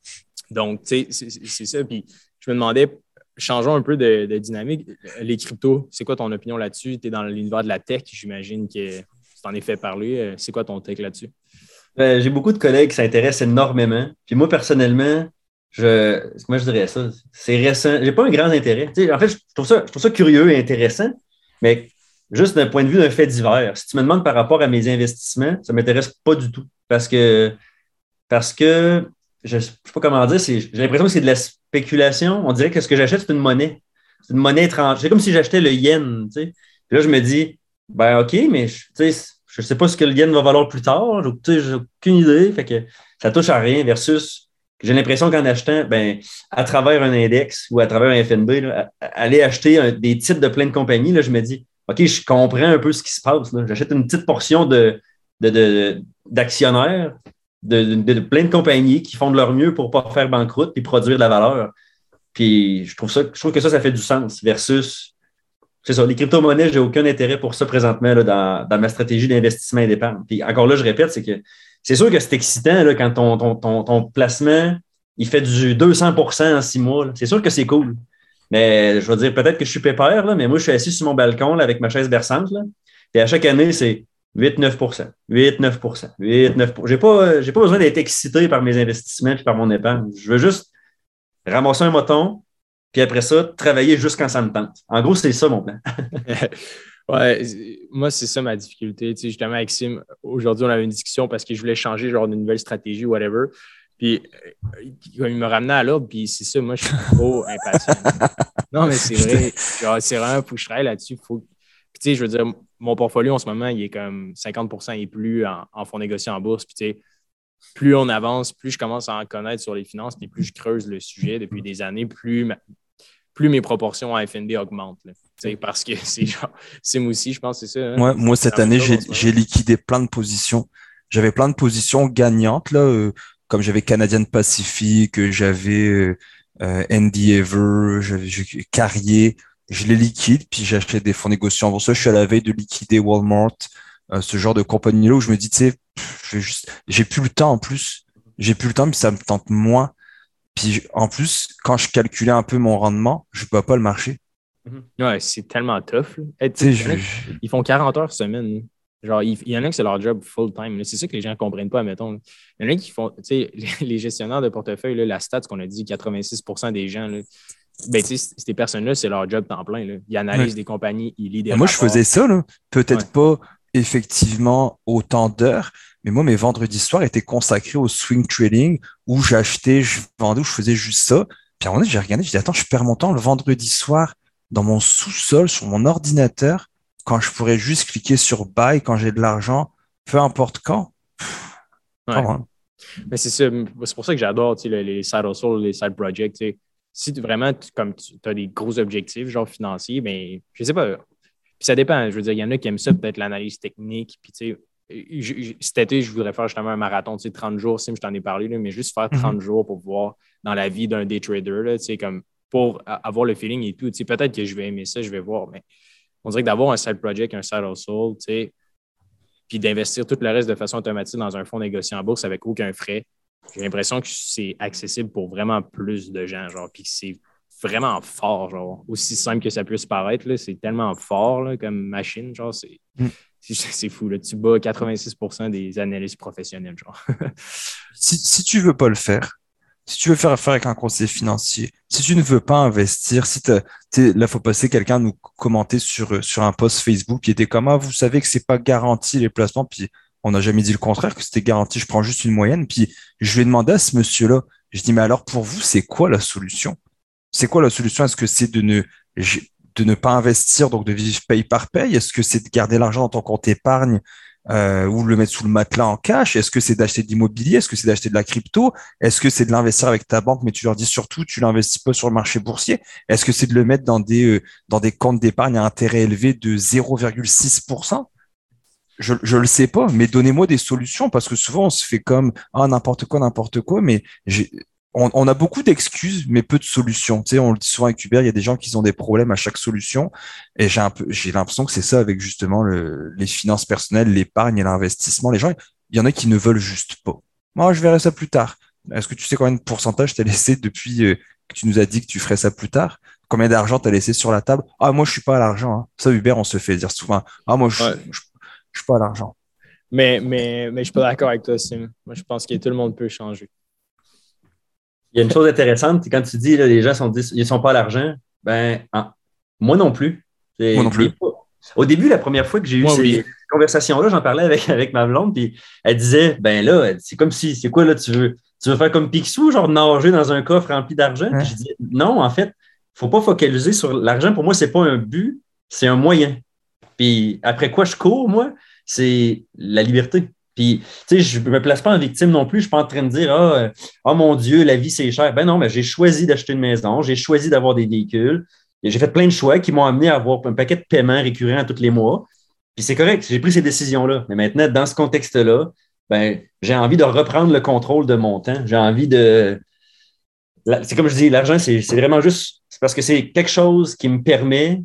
donc, tu sais, c'est, c'est ça. Puis je me demandais, changeons un peu de, de dynamique. Les cryptos, c'est quoi ton opinion là-dessus? Tu es dans l'univers de la tech, j'imagine que tu t'en es fait parler. C'est quoi ton take là-dessus? Ben, j'ai beaucoup de collègues qui s'intéressent énormément. Puis moi, personnellement, Je, comment je dirais ça? C'est récent. J'ai pas un grand intérêt. Tu sais, en fait, je trouve, ça, je trouve ça curieux et intéressant, mais juste d'un point de vue d'un fait divers. Si tu me demandes par rapport à mes investissements, ça ne m'intéresse pas du tout. Parce que, parce que je ne sais pas comment dire, c'est, j'ai l'impression que c'est de la spéculation. On dirait que ce que j'achète, c'est une monnaie. C'est une monnaie étrangère. C'est comme si j'achetais le yen. Tu sais. Puis là, je me dis, ben OK, mais tu sais, je ne sais pas ce que le yen va valoir plus tard. Je n'ai aucune idée. Fait que ça touche à rien versus. J'ai l'impression qu'en achetant, ben, à travers un index ou à travers un F N B, là, aller acheter un, des titres de plein de compagnies, là, je me dis, OK, je comprends un peu ce qui se passe. Là. J'achète une petite portion de, de, de, d'actionnaires de, de, de plein de compagnies qui font de leur mieux pour ne pas faire banqueroute et produire de la valeur. Puis je trouve, ça, je trouve que ça, ça fait du sens versus, c'est ça, les crypto-monnaies, je n'ai aucun intérêt pour ça présentement là, dans, dans ma stratégie d'investissement et d'épargne. Puis encore là, je répète, c'est que c'est sûr que c'est excitant là, quand ton, ton, ton, ton placement il fait du deux cents pour cent en six mois. Là. C'est sûr que c'est cool. Mais je veux dire, peut-être que je suis pépère, là, mais moi, je suis assis sur mon balcon là, avec ma chaise berçante. Là, et à chaque année, c'est huit à neuf pour cent, huit à neuf pour cent, huit à neuf pour cent. Je n'ai pas, j'ai pas besoin d'être excité par mes investissements et par mon épargne. Je veux juste ramasser un moton, puis après ça, travailler juste quand ça me tente. En gros, c'est ça mon plan. Ouais, moi, c'est ça ma difficulté. Tu sais, justement, avec Sim, aujourd'hui, on avait une discussion parce que je voulais changer genre d'une nouvelle stratégie ou whatever. Puis, il me ramenait à l'ordre, puis c'est ça, moi, je suis trop impatient. Non, mais c'est vrai. Genre, c'est vraiment, il faut que je travaille là-dessus. Faut... Puis, tu sais, je veux dire, mon portfolio en ce moment, il est comme cinquante pour cent et plus en, en fonds négociés en bourse. Puis, tu sais, plus on avance, plus je commence à en connaître sur les finances, puis plus je creuse le sujet depuis des années, plus, ma... plus mes proportions en F N B augmentent. Là. Parce que c'est genre, c'est moi aussi, je pense que c'est ça. Hein? Ouais, moi, cette année, j'ai, j'ai liquidé plein de positions. J'avais plein de positions gagnantes, là, euh, comme j'avais Canadian Pacific, j'avais euh, N D Ever, j'avais Carrier. Je les liquide, puis j'achète des fonds négociés en bourse. Je suis à la veille de liquider Walmart, euh, ce genre de compagnie-là où je me dis, tu sais, je vais juste, j'ai plus le temps en plus. J'ai plus le temps, puis ça me tente moins. Puis en plus, quand je calculais un peu mon rendement, je ne bats pas le marché. Ouais, c'est tellement tough. Hey, il je... Ils font quarante heures semaine. Genre, il y en a que c'est leur job full-time. C'est ça que les gens ne comprennent pas, mettons. Il y en a qui font, tu sais, les gestionnaires de portefeuille, là, la stat qu'on a dit, quatre-vingt-six pour cent des gens, là, ben, tu sais, ces personnes-là, c'est leur job temps plein. Là. Ils analysent ouais. des compagnies, ils lisent des Moi, rapports. Je faisais ça, là. Peut-être ouais. pas effectivement autant d'heures, mais moi, mes vendredis soirs étaient consacrés au swing trading où j'achetais, je vendais, où je faisais juste ça. Puis à un moment donné, j'ai regardé, j'ai dit, attends, je perds mon temps le vendredi soir dans mon sous-sol, sur mon ordinateur, quand je pourrais juste cliquer sur buy quand j'ai de l'argent, peu importe quand. Ouais. Quand, hein. Mais c'est ça, c'est pour ça que j'adore les, les side hustles, les side projects. T'sais. Si tu, vraiment, tu, comme tu as des gros objectifs, genre financiers, mais je sais pas. Puis ça dépend. Je veux dire, il y en a qui aiment ça, peut-être l'analyse technique. Puis, tu sais, cet été, je voudrais faire justement un marathon, tu sais, trente jours, Sim, je t'en ai parlé, là, mais juste faire trente Mhm. jours pour voir dans la vie d'un day trader, là, tu sais, comme pour avoir le feeling et tout. Tu sais, peut-être que je vais aimer ça, je vais voir, mais on dirait que d'avoir un side project, un side hustle, tu sais, puis d'investir tout le reste de façon automatique dans un fonds négocié en bourse avec aucun frais, j'ai l'impression que c'est accessible pour vraiment plus de gens, genre, puis que c'est vraiment fort, genre, aussi simple que ça puisse paraître, là, c'est tellement fort là, comme machine, genre, c'est, Mm. c'est, c'est fou, là, tu bats quatre-vingt-six pour cent des analystes professionnels, genre. Si, si tu veux pas le faire, si tu veux faire affaire avec un conseiller financier, si tu ne veux pas investir, si t'as- t'es- là, faut passer quelqu'un nous commenter sur, euh, sur un post Facebook qui était comme, ah, vous savez que c'est pas garanti les placements, puis on n'a jamais dit le contraire, que c'était garanti, je prends juste une moyenne, puis je lui ai demandé à ce monsieur-là, je dis, mais alors pour vous, c'est quoi la solution? C'est quoi la solution? Est-ce que c'est de ne, de ne pas investir, donc de vivre paye par paye? Est-ce que c'est de garder l'argent dans ton compte épargne euh, ou le mettre sous le matelas en cash? Est-ce que c'est d'acheter de l'immobilier? Est-ce que c'est d'acheter de la crypto? Est-ce que c'est de l'investir avec ta banque, mais tu leur dis surtout, tu l'investis pas sur le marché boursier? Est-ce que c'est de le mettre dans des, euh, dans des comptes d'épargne à intérêt élevé de zéro virgule six pour cent? Je, je le sais pas, mais donnez-moi des solutions parce que souvent on se fait comme ah n'importe quoi, n'importe quoi, mais j'ai, on, on a beaucoup d'excuses, mais peu de solutions. Tu sais, on le dit souvent avec Hubert, il y a des gens qui ont des problèmes à chaque solution, et j'ai un peu, j'ai l'impression que c'est ça avec justement le, les finances personnelles, l'épargne et l'investissement. Les gens, il y en a qui ne veulent juste pas. Moi, je verrai ça plus tard. Est-ce que tu sais combien de pourcentage t'as laissé depuis euh, que tu nous as dit que tu ferais ça plus tard? Combien d'argent t'as laissé sur la table? Ah, moi, je suis pas à l'argent, hein. Ça, Hubert, on se fait dire souvent. Ah, moi, je, Ouais. je je suis pas à l'argent. Mais, mais, mais je suis pas d'accord avec toi, Sim. Moi, je pense que tout le monde peut changer. Il y a une chose intéressante, c'est quand tu dis là, les gens sont, ils sont pas à l'argent, ben, ah, moi non plus. Moi C'est non des plus. fois- Au début, la première fois que j'ai eu Moi, ces oui. conversations-là, j'en parlais avec, avec ma blonde, puis elle disait, ben là, c'est comme si, c'est quoi là, tu veux, tu veux faire comme Picsou, genre nager dans un coffre rempli d'argent? Puis je Hein? dis, non, en fait, faut pas focaliser sur l'argent. Pour moi, c'est pas un but, c'est un moyen. Puis après quoi je cours, moi, c'est la liberté. Puis, tu sais, je ne me place pas en victime non plus. Je ne suis pas en train de dire, ah, euh, oh mon Dieu, la vie, c'est cher. Ben non, mais j'ai choisi d'acheter une maison, j'ai choisi d'avoir des véhicules. Et j'ai fait plein de choix qui m'ont amené à avoir un paquet de paiements récurrents tous les mois. Puis c'est correct, j'ai pris ces décisions-là. Mais maintenant, dans ce contexte-là, ben, j'ai envie de reprendre le contrôle de mon temps. J'ai envie de. C'est comme je dis, l'argent, c'est c'est vraiment juste. C'est parce que c'est quelque chose qui me permet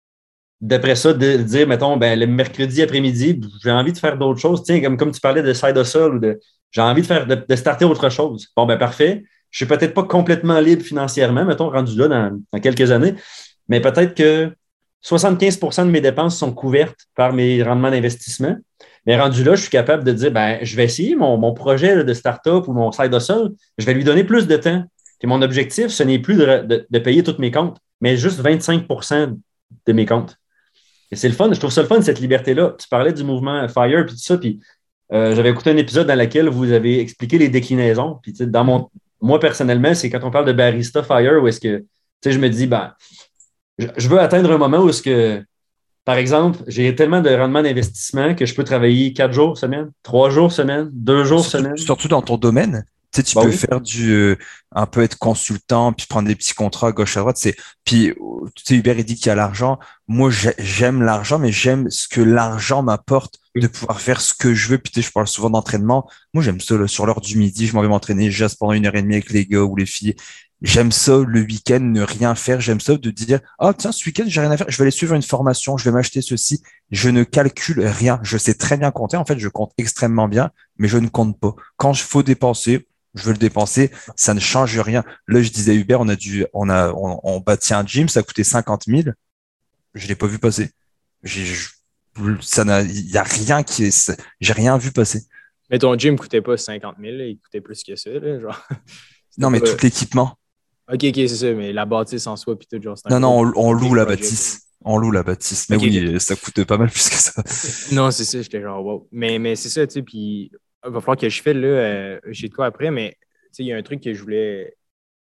d'après ça, de dire, mettons, ben, le mercredi après-midi, j'ai envie de faire d'autres choses. Tiens, comme, comme tu parlais de side hustle ou de j'ai envie de faire de, de starter autre chose. Bon, ben parfait. Je suis peut-être pas complètement libre financièrement, mettons, rendu là dans, dans quelques années, mais peut-être que soixante-quinze pour cent de mes dépenses sont couvertes par mes rendements d'investissement. Mais rendu là, je suis capable de dire, ben, je vais essayer mon, mon projet là, de start-up ou mon side hustle, je vais lui donner plus de temps. Puis mon objectif, ce n'est plus de, de, de payer tous mes comptes, mais juste vingt-cinq pour cent de mes comptes. Et c'est le fun, je trouve ça le fun, cette liberté-là. Tu parlais du mouvement FIRE puis tout ça, puis euh, j'avais écouté un épisode dans lequel vous avez expliqué les déclinaisons. Puis dans mon, moi, personnellement, c'est quand on parle de barista FIRE où est-ce que je me dis, ben, je, je veux atteindre un moment où est-ce que, par exemple, j'ai tellement de rendement d'investissement que je peux travailler quatre jours semaine, trois jours semaine, deux jours Surtout, semaine. surtout dans ton domaine. Tu sais, tu Ben peux oui. faire du, euh, un peu être consultant, puis prendre des petits contrats à gauche à droite. C'est, puis, euh, tu sais, Hubert, il dit qu'il y a l'argent. Moi, j'ai- j'aime l'argent, mais j'aime ce que l'argent m'apporte de pouvoir faire ce que je veux. Puis, tu sais, je parle souvent d'entraînement. Moi, j'aime ça, là, sur l'heure du midi, je m'en vais m'entraîner juste pendant une heure et demie avec les gars ou les filles. J'aime ça, le week-end, ne rien faire. J'aime ça de dire, ah, tiens, ce week-end, j'ai rien à faire. Je vais aller suivre une formation. Je vais m'acheter ceci. Je ne calcule rien. Je sais très bien compter. En fait, je compte extrêmement bien, mais je ne compte pas. Quand il faut dépenser, je veux le dépenser, ça ne change rien. Là, je disais à Hubert, on a dû, on a, on, on bâtit un gym, ça a coûté cinquante mille. Je l'ai pas vu passer. J'ai, je- ça n'a, il y a rien qui est, j'ai rien vu passer. Mais ton gym ne coûtait pas cinquante mille, là, il coûtait plus que ça. Là, genre. C'était Non, mais pas. tout l'équipement. Ok, ok, c'est ça, mais la bâtisse en soi, puis tout, genre, c'est un Non, non, gros, on, on un loue big la project. bâtisse. On loue la bâtisse. Mais Ok, ok. oui, ça coûte pas mal plus que ça. Non, c'est ça, j'étais genre, wow. Mais, mais c'est ça, tu sais, puis il va falloir que je file, là, euh, j'ai de quoi après, mais tu sais, il y a un truc que je voulais.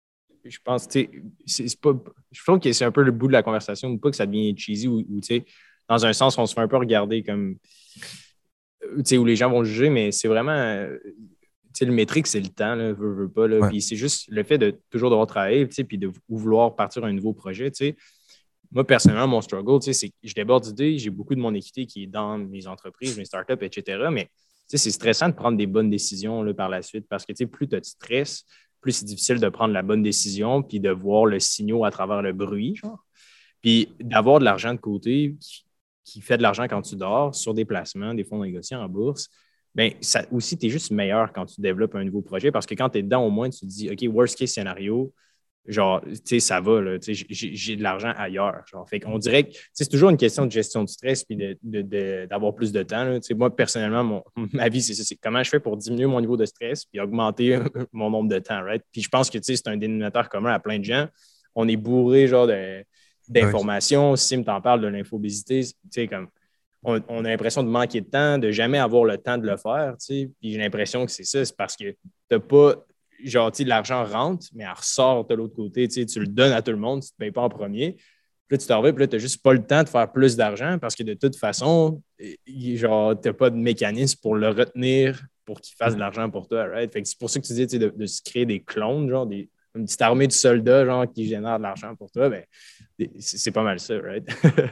je pense, tu sais, c'est, c'est pas, je trouve que c'est un peu le bout de la conversation, ou pas que ça devient cheesy, ou, ou tu sais, dans un sens, on se fait un peu regarder comme, tu sais, où les gens vont juger, mais c'est vraiment, euh, tu sais, le métrique, c'est le temps, là, veux, veux pas, là. Ouais. Puis c'est juste le fait de toujours devoir travailler, tu sais, puis de vouloir partir un nouveau projet, tu sais. Moi, personnellement, mon struggle, tu sais, c'est que je déborde d'idées, j'ai beaucoup de mon équité qui est dans mes entreprises, mes startups, et cetera. Mais, tu sais, c'est stressant de prendre des bonnes décisions, là, par la suite, parce que, tu sais, plus tu as de stress, plus c'est difficile de prendre la bonne décision, puis de voir le signal à travers le bruit, genre. Puis d'avoir de l'argent de côté qui, qui fait de l'argent quand tu dors sur des placements, des fonds négociés en bourse, bien, ça aussi, tu es juste meilleur quand tu développes un nouveau projet parce que quand tu es dedans, au moins, tu te dis, OK, worst case scénario, genre, tu sais, ça va, là, tu sais, j'ai, j'ai de l'argent ailleurs. Genre. Fait qu'on dirait que c'est toujours une question de gestion du stress puis de, de, de, d'avoir plus de temps. Là. Tu sais, moi, personnellement, mon, ma vie, c'est ça. C'est comment je fais pour diminuer mon niveau de stress puis augmenter mon nombre de temps, right? Puis je pense que, tu sais, c'est un dénominateur commun à plein de gens. On est bourré, genre, de, d'informations. Oui. Sim t'en parle de l'infobésité, tu sais, comme on, on a l'impression de manquer de temps, de jamais avoir le temps de le faire, tu sais. Puis j'ai l'impression que c'est ça, c'est parce que t'as pas... Genre, tu sais, l'argent rentre, mais elle ressort de l'autre côté. Tu sais, tu le donnes à tout le monde, tu ne te payes pas en premier. Puis là, tu t'en vas, puis là, tu n'as juste pas le temps de faire plus d'argent parce que de toute façon, genre, tu n'as pas de mécanisme pour le retenir pour qu'il fasse de l'argent pour toi. Right? Fait que c'est pour ça que tu dis, tu sais, de, de se créer des clones, genre, des, une petite armée de soldats, genre, qui génèrent de l'argent pour toi. Ben, c'est, c'est pas mal ça, right?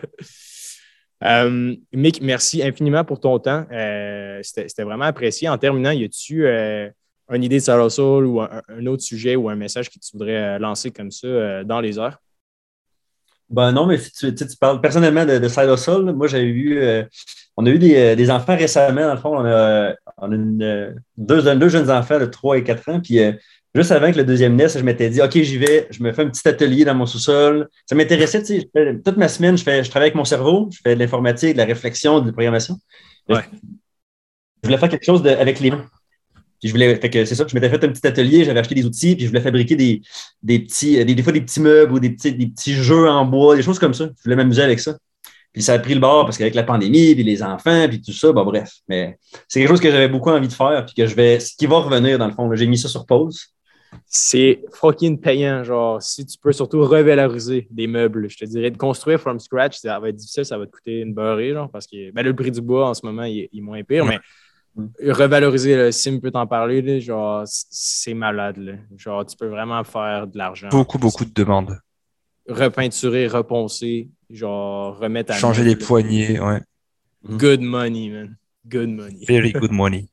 um, Mick, merci infiniment pour ton temps. Euh, c'était, c'était vraiment apprécié. En terminant, y a-tu. Euh, une idée de Side Hustle ou un, un autre sujet ou un message que tu voudrais lancer comme ça euh, dans les heures? Ben non, mais si tu, tu parles personnellement de, de Side Hustle, moi j'avais eu, euh, on a eu des, des enfants récemment, dans le fond, on a, on a une, deux, deux jeunes enfants de trois et quatre ans, puis euh, juste avant que le deuxième naisse, je m'étais dit, OK, j'y vais, je me fais un petit atelier dans mon sous-sol. Ça m'intéressait, tu sais, fais, toute ma semaine, je, fais, je travaille avec mon cerveau, je fais de l'informatique, de la réflexion, de la programmation. Ouais. Je voulais faire quelque chose de, avec les mains. Puis je voulais, fait que c'est ça, je m'étais fait un petit atelier, j'avais acheté des outils, puis je voulais fabriquer des, des petits, des, des fois des petits meubles ou des petits, des petits jeux en bois, des choses comme ça. Je voulais m'amuser avec ça. Puis ça a pris le bord parce qu'avec la pandémie, puis les enfants, puis tout ça, bah bref. Mais c'est quelque chose que j'avais beaucoup envie de faire, puis que je vais, ce qui va revenir dans le fond. Là, j'ai mis ça sur pause. C'est fucking payant, genre, si tu peux surtout revaloriser des meubles, je te dirais, de construire from scratch, ça va être difficile, ça va te coûter une beurrée, genre, parce que ben, le prix du bois en ce moment, il est, il est moins pire, mais revaloriser, là, Sim peut t'en parler, là, genre, c'est malade. Là. Genre, tu peux vraiment faire de l'argent. Beaucoup, beaucoup de demandes. Repeinturer, reponcer, genre, remettre à changer les poignées, ouais. Good money, man. Good money. Very good money.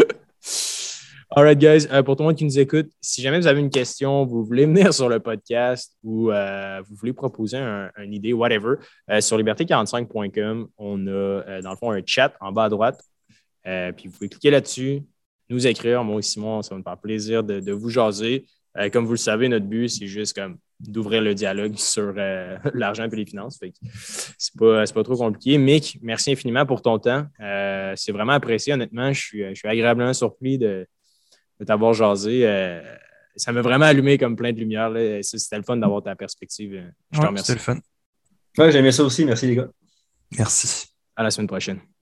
All right, guys. Euh, pour tout le monde qui nous écoute, si jamais vous avez une question, vous voulez venir sur le podcast ou euh, vous voulez proposer un, une idée, whatever, euh, sur liberté quarante-cinq point com, on a, euh, dans le fond, un chat en bas à droite. Euh, puis vous pouvez cliquer là-dessus, nous écrire. Moi et Simon, ça va nous faire plaisir de, de vous jaser. Euh, comme vous le savez, notre but, c'est juste comme d'ouvrir le dialogue sur euh, l'argent et les finances. Fait que c'est pas, c'est pas trop compliqué. Mick, merci infiniment pour ton temps. Euh, c'est vraiment apprécié, honnêtement. Je suis, je suis agréablement surpris de, de t'avoir jasé. Euh, ça m'a vraiment allumé comme plein de lumière. Là. C'était le fun d'avoir ta perspective. Je te ouais, remercie. C'était le fun. Ouais, j'aimais ça aussi. Merci, les gars. Merci. À la semaine prochaine.